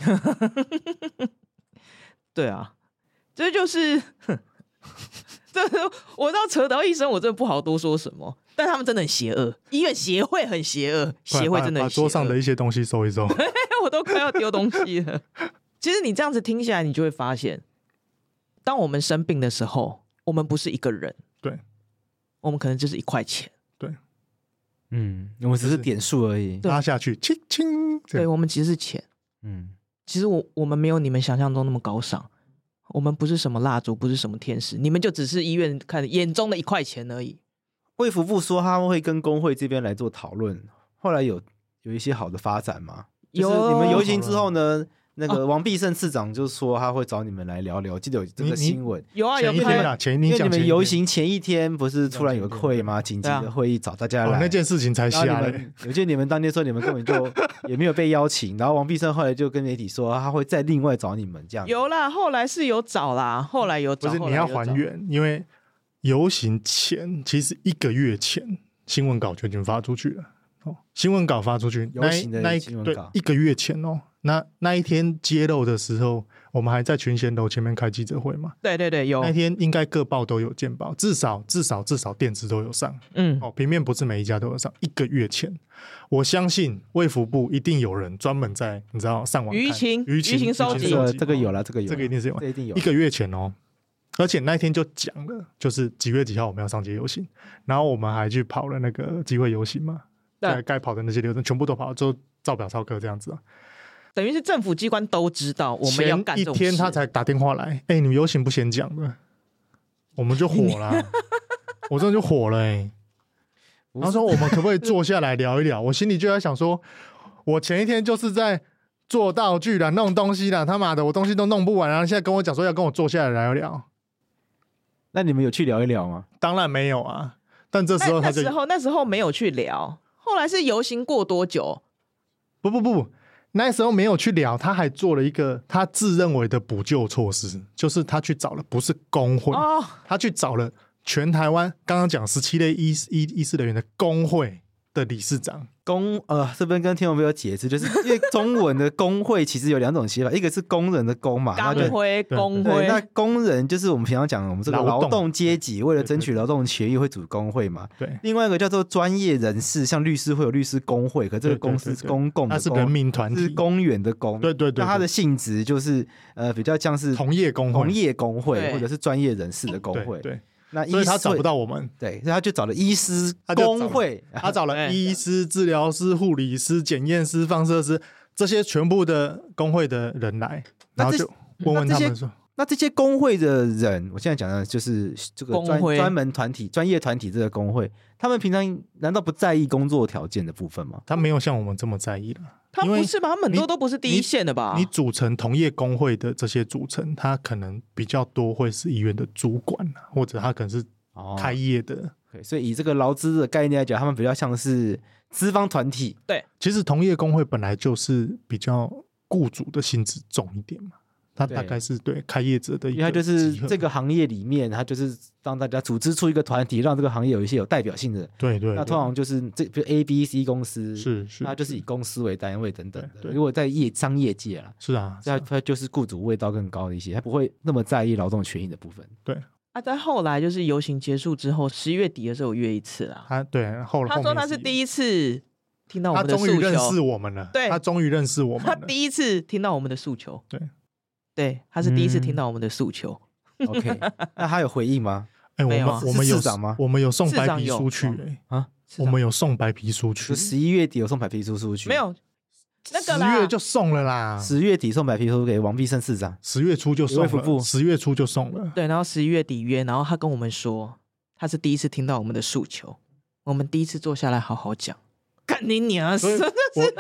对啊，这就是这我到扯到医生，我真的不好多说什么。但他们真的很邪恶，医院协会很邪恶，协会真的很邪恶。 把桌上的一些东西收一收， 我都快要丢东西了。其实你这样子听下来，你就会发现，当我们生病的时候，我们不是一个人， 对， 我们可能就是一块钱， 对， 嗯，我们只是点数而已， 拉下去，轻轻， 对，我们其实是钱， 嗯， 其实我我们没有你们想象中那么高尚，我们不是什么蜡烛，不是什么天使，你们就只是医院看眼中的一块钱而已。 卫福部说他们会跟工会这边来做讨论，后来有有一些好的发展吗？就是你们游行之后呢，那个王必胜市长就说他会找你们来聊聊，我记得有这个新闻。 有啊，有前一天啦，前一天， 因为你们游行前一天不是突然有个会吗？紧急的会议找大家来， 哦、那件事情才下来。 我记得你们当天说你们根本就也没有被邀请，然后王必胜后来就跟媒体说他会再另外找你们这样。 有啦，后来是有找啦，后来有找。 不是你要还原，因为游行前其实一个月前新闻稿就已经发出去了。哦，新闻稿发出去， 游行的新闻稿， 对，一个月前哦。那那一天揭露的时候，我们还在群贤楼前面开记者会嘛？ 对对对，有。 那天应该各报都有见报，至少至少至少电子都有上。 嗯， 哦，平面不是每一家都有上。一个月前，我相信卫福部一定有人专门在你知道上网看舆情舆情舆情收集， 这个有了，这个有， 这个一定是有， 这一定有。 一个月前哦。而且那天就讲了，就是几月几号我们要上街游行，然后我们还去跑了那个集会游行嘛，该该跑的那些流程全部都跑，就照表操课这样子啊。 等于是政府机关都知道我们要干这种事， 前一天他才打电话来，哎、欸，你们游行不先讲的，我们就火了、啊，我真的就火了哎、欸。然后说我们可不可以坐下来聊一聊？我心里就在想说，我前一天就是在做道具啦、弄东西啦，他妈的我东西都弄不完，然后现在跟我讲说要跟我坐下来聊一聊。 那你们有去聊一聊吗？ 当然没有啊，但这时候他就那时候那时候没有去聊，后来是游行过多久？ 不不不，那时候没有去聊，他还做了一个他自认为的补救措施，就是他去找了不是工会， 哦、 他去找了全台湾刚刚讲十七类医医医师人员的工会的理事长。 工呃，这边跟听众朋友解释，就是因为中文的工会其实有两种写法，一个是工人的工嘛， 工会工会， 那工人就是我们平常讲我们这个劳动阶级，为了争取劳动权益会组工会嘛。 对， 另外一个叫做专业人士，像律师会有律师工会，可这个公司是公共的， 它是人民团体， 是公园的公。 对对 对, 对， 那它的性质就是呃比较像是同业工会、 同业工会或者是专业人士的工会。 对。对那所以他找不到我们， 对，所以他就找了医师工会， 他找了医师、治疗师、护理师、检验师、放射师这些全部的工会的人来，然后就问问他们说：“ 那这些工会的人，我现在讲的就是这个专专门团体、专业团体这个工会，他们平常难道不在意工作条件的部分吗？ 他没有像我们这么在意了。” 他不是吧？他们很多都不是第一线的吧？ 你, 你组成同业工会的这些组成，他可能比较多会是医院的主管，或者他可能是开业的。哦 okay, 所以以这个劳资的概念来讲，他们比较像是资方团体。 对， 其实同业工会本来就是比较雇主的性质重一点嘛。他大概是对开业者的一个， 因为他就是这个行业里面，他就是让大家组织出一个团体，让这个行业有一些有代表性的。 对 对, 对。 那通常就是这比如 A、B、C 公司， 是是， 它就是以公司为单位等等的。 对对如果在业商业界啦， 是啊， 它它就是雇主味道更高的一些，他不会那么在意劳动权益的部分。 对啊，在后来就是游行结束之后，十一月底的时候约一次啦。 他对后来他说他是第一次听到我们的诉求， 他终于认识我们了。 对， 他终于认识我们了。 他第一次听到我们的诉求。 对。 对，他是第一次听到我们的诉求。 嗯、OK， 那他有回应吗？ 哎、欸，我们、啊、我们有市长吗？ 我们有送白皮书去、欸，哎啊，我们有送白皮书去。 十一月底有送白皮书出去？ 没有，那个啦， 十月就送了啦。 十月底送白皮书给王必胜市长， 十月初就送了，十月初就送了。 对，然后十一月底约，然后他跟我们说，他是第一次听到我们的诉求，我们第一次坐下来好好讲。干你娘！ 所以我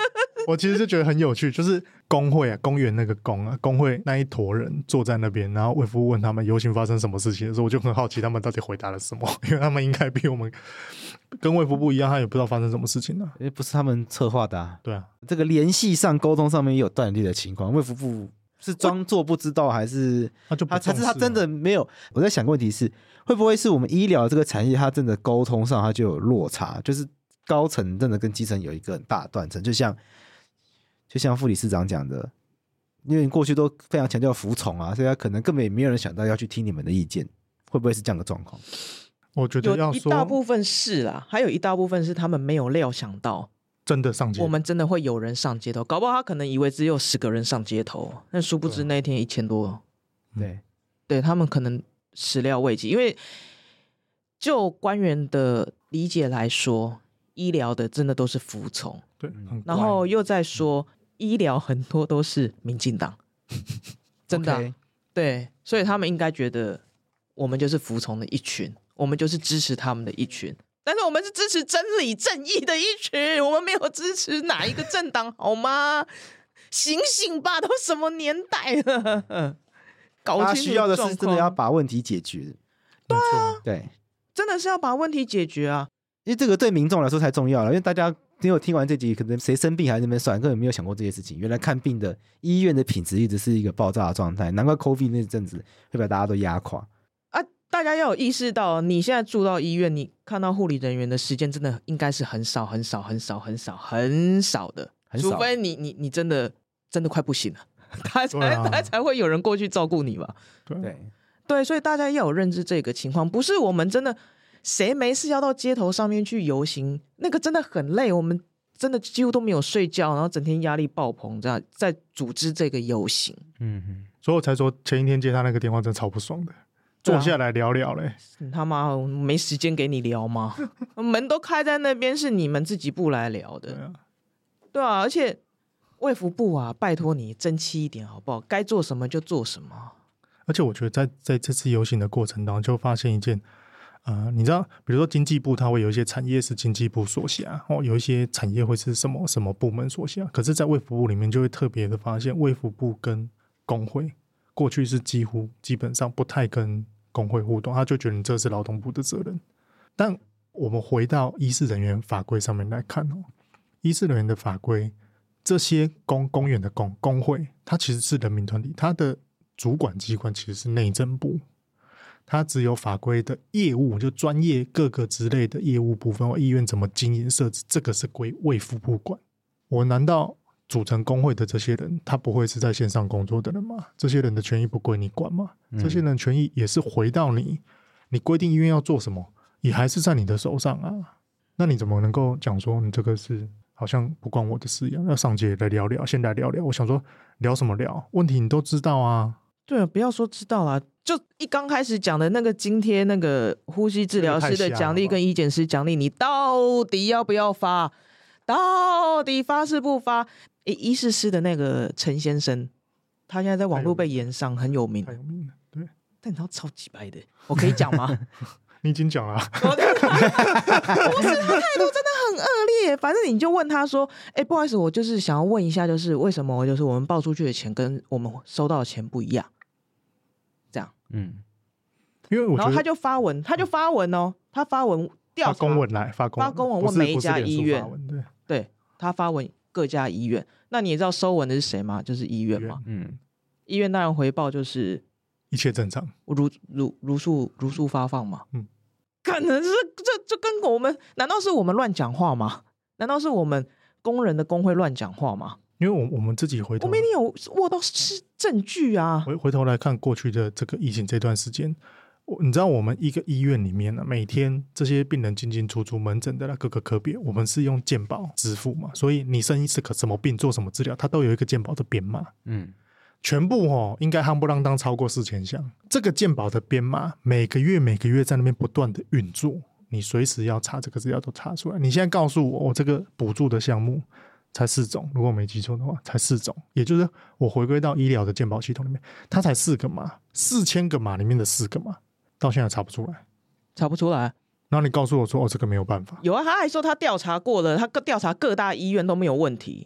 我其实就觉得很有趣，就是工会啊，公园那个工啊，工会那一坨人坐在那边，然后卫福部问他们游行发生什么事情的时候，我就很好奇他们到底回答了什么，因为他们应该比我们跟卫福部一样，他也不知道发生什么事情啊。 因为不是他们策划的啊。 对啊， 这个联系上、沟通上面也有断裂的情况，卫福部是装作不知道，还是他就不他还重视啊是他真的没有？我在想个问题是，会不会是我们医疗这个产业，它真的沟通上它就有落差，就是高层真的跟基层有一个很大的断层，就像就像副理事长讲的，因为过去都非常强调服从啊，所以他可能根本也没有人想到要去听你们的意见，会不会是这样的状况？ 我觉得要有一说大部分是啦，还有一大部分是他们没有料想到真的上街， 我们真的会有人上街头，搞不好他可能以为只有十个人上街头，但殊不知那一天一千多。 对， 对他们可能始料未及，因为就官员的理解来说，医疗的真的都是服从， 对，很然怪后又在说医疗很多都是民进党，真的啊、 OK 对，所以他们应该觉得我们就是服从的一群，我们就是支持他们的一群。但是我们是支持真理正义的一群，我们没有支持哪一个政党，好吗？醒醒吧，都什么年代了，搞他清楚需要的状是真的要况把问题解决。 对啊， 对， 真的是要把问题解决啊！ 因为这个对民众来说才重要了，因为大家没有听完这集，可能谁生病还在那边算，根本没有想过这些事情。原来看病的医院的品质一直是一个爆炸的状态，难怪 COVID 那阵子会把大家都压垮。 啊，大家要有意识到，你现在住到医院，你看到护理人员的时间真的应该是很少、很少、很少、很少、很少的， 很少除非你你你真的真的快不行了，他才、 啊他才会有人过去照顾你嘛。 对对， 对，所以大家要有认知这个情况，不是我们真的谁没事要到街头上面去游行，那个真的很累，我们真的几乎都没有睡觉，然后整天压力爆棚，这样在组织这个游行。 嗯哼， 所以我才说前一天接他那个电话真的超不爽的， 对啊坐下来聊聊嘞。 你他妈没时间给你聊吗？门都开在那边，是你们自己不来聊的。 对啊， 对啊，而且卫福部啊，拜托你争气一点好不好？该做什么就做什么。 而且我觉得在在这次游行的过程当中，就发现一件，呃，你知道，比如说经济部它会有一些产业是经济部所辖，哦，有一些产业会是什么什么部门所辖，可是，在卫福部里面就会特别的发现，卫福部跟工会过去是几乎基本上不太跟工会互动，他就觉得你这是劳动部的责任。但我们回到医事人员法规上面来看哦，医事人员的法规，这些公公园的工工会，它其实是人民团体，它的主管机关其实是内政部，它只有法规的业务，就专业各个之类的业务部分，或医院怎么经营设置，这个是归卫福部管。我难道组成工会的这些人，他不会是在线上工作的人吗？这些人的权益不归你管吗？ 嗯这些人的权益也是回到你，你规定医院要做什么，也还是在你的手上啊。那你怎么能够讲说你这个是好像不关我的事一样？要上街来聊聊，先来聊聊。我想说聊什么聊？问题你都知道啊。 对啊，不要说知道啦，就一刚开始讲的那个津贴，那个呼吸治疗师的奖励跟医检师奖励，你到底要不要发？到底发是不发？诶，医师师的那个陈先生，他现在在网络被延上，很有名太。有名了，对， 但你知道超级白的，我可以讲吗？ 你已经讲了啊。 我的不是，他态度真的很恶劣。反正你就问他说：“哎、不好意思，我就是想要问一下，就是为什么就是我们报出去的钱跟我们收到的钱不一样？”这样， 嗯， 因为我觉得然后他就发文，他就发文哦，他发文调发查公文来，发公文发公文不是问每一家不是脸书医院发文对， 对他发文各家医院。那你也知道收文的是谁吗？就是医院嘛。 嗯， 医院当然回报就是一切正常。 如如如数如数发放嘛。 嗯， 可能是这这跟我们，难道是我们乱讲话吗？难道是我们工人的工会乱讲话吗？ 因为我我们自己回头我们一定有握到是证据啊！ 回回头来看过去的这个疫情这段时间，我你知道我们一个医院里面呢、啊，每天这些病人进进出出门诊的各个科别，我们是用健保支付嘛，所以你生是个什么病做什么治疗，它都有一个健保的编码。 嗯， 全部哦，应该夯不啷当超过四千项。这个健保的编码每个月每个月在那边不断的运作，你随时要查这个资料都查出来。你现在告诉我，我、哦、这个补助的项目才四种，如果我没记错的话，才四种，也就是我回归到医疗的健保系统里面，它才四个码，四千个码里面的四个码，到现在查不出来。 查不出来。 然后你告诉我说，哦，这个没有办法。 有啊，他还说他调查过了，他调查各大医院都没有问题，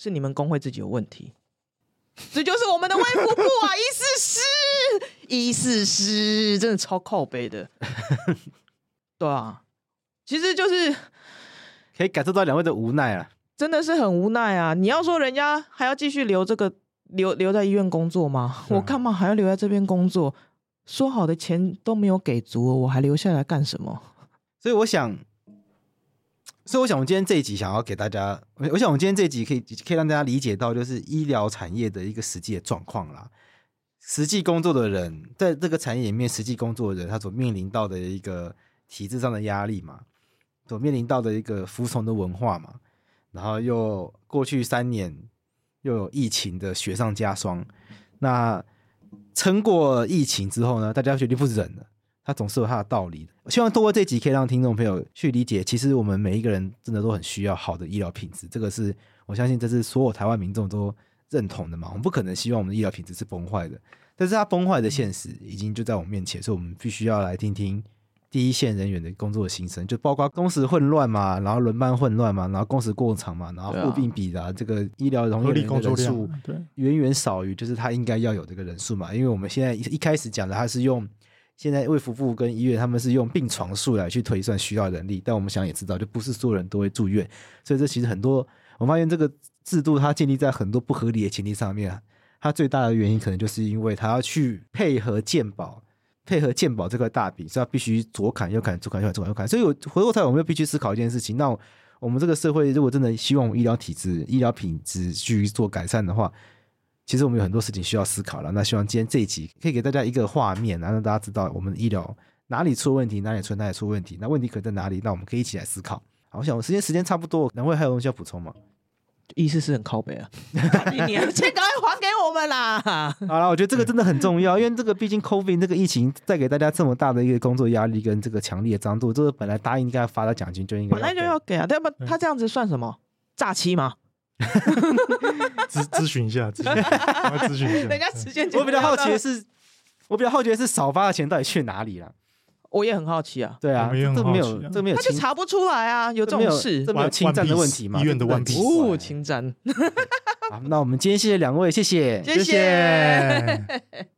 是你们工会自己有问题。这就是我们的卫福部啊，医事师，医事师真的超靠北的。对啊，其实就是可以感受到两位的无奈啊， 真的是很无奈啊！你要说人家还要继续留这个留留在医院工作吗？我干嘛还要留在这边工作？说好的钱都没有给足，我还留下来干什么？ 所以我想，所以我想，我们今天这一集想要给大家，我想我们今天这一集可以可以让大家理解到，就是医疗产业的一个实际的状况啦。实际工作的人，在这个产业里面，实际工作的人，他所面临到的一个体制上的压力嘛，所面临到的一个服从的文化嘛，然后又过去三年又有疫情的雪上加霜，那撑过疫情之后呢，大家决定不忍了。它总是有它的道理的。我希望透过这集可以让听众朋友去理解，其实我们每一个人真的都很需要好的医疗品质，这个是我相信这是所有台湾民众都认同的嘛。我们不可能希望我们的医疗品质是崩坏的，但是它崩坏的现实已经就在我们面前，所以我们必须要来听听第一线人员的工作的心声，就包括工时混乱嘛，然后轮班混乱嘛，然后工时过长嘛，然后护病比啊，这个医疗从业人员的人数远远少于就是他应该要有这个人数嘛。因为我们现在一开始讲的，他是用现在卫福部跟医院他们是用病床数来去推算需要的人力，但我们想也知道，就不是所有人都会住院，所以这其实很多我发现这个制度它建立在很多不合理的前提上面，它最大的原因可能就是因为它要去配合健保。配合健保这块大饼，是要必须左砍右砍左砍右砍左砍右砍，所以我回过头来我们又必须思考一件事情，那我们这个社会如果真的希望我们医疗体制医疗品质去做改善的话，其实我们有很多事情需要思考了。那希望今天这一集可以给大家一个画面，然后让大家知道我们的医疗哪里出问题，哪里出哪里出问题，那问题可能在哪里，那我们可以一起来思考。好，我想我时间时间差不多，两位还有东西要补充吗？ 意思是很靠北啊，你啊，钱赶快还给我们啦！ 好啦，我觉得这个真的很重要，因为这个毕竟 COVID 这个疫情带给大家这么大的一个工作压力跟这个强烈的张度，这个本来答应应该发的奖金就应该本来就要给啊，但不他这样子算什么诈欺吗？ 咨咨询一下，咨询一下，咨询一下。 人家时间我比较好奇的是，我比较好奇的是少发的钱到底去哪里了？ 我也很好奇啊。 对啊，这没有，这没有， 他就查不出来啊，有这种事， 这没有侵占的问题嘛？ 医院的问题哦，侵占。 好，那我们今天谢谢两位，谢谢， 谢谢。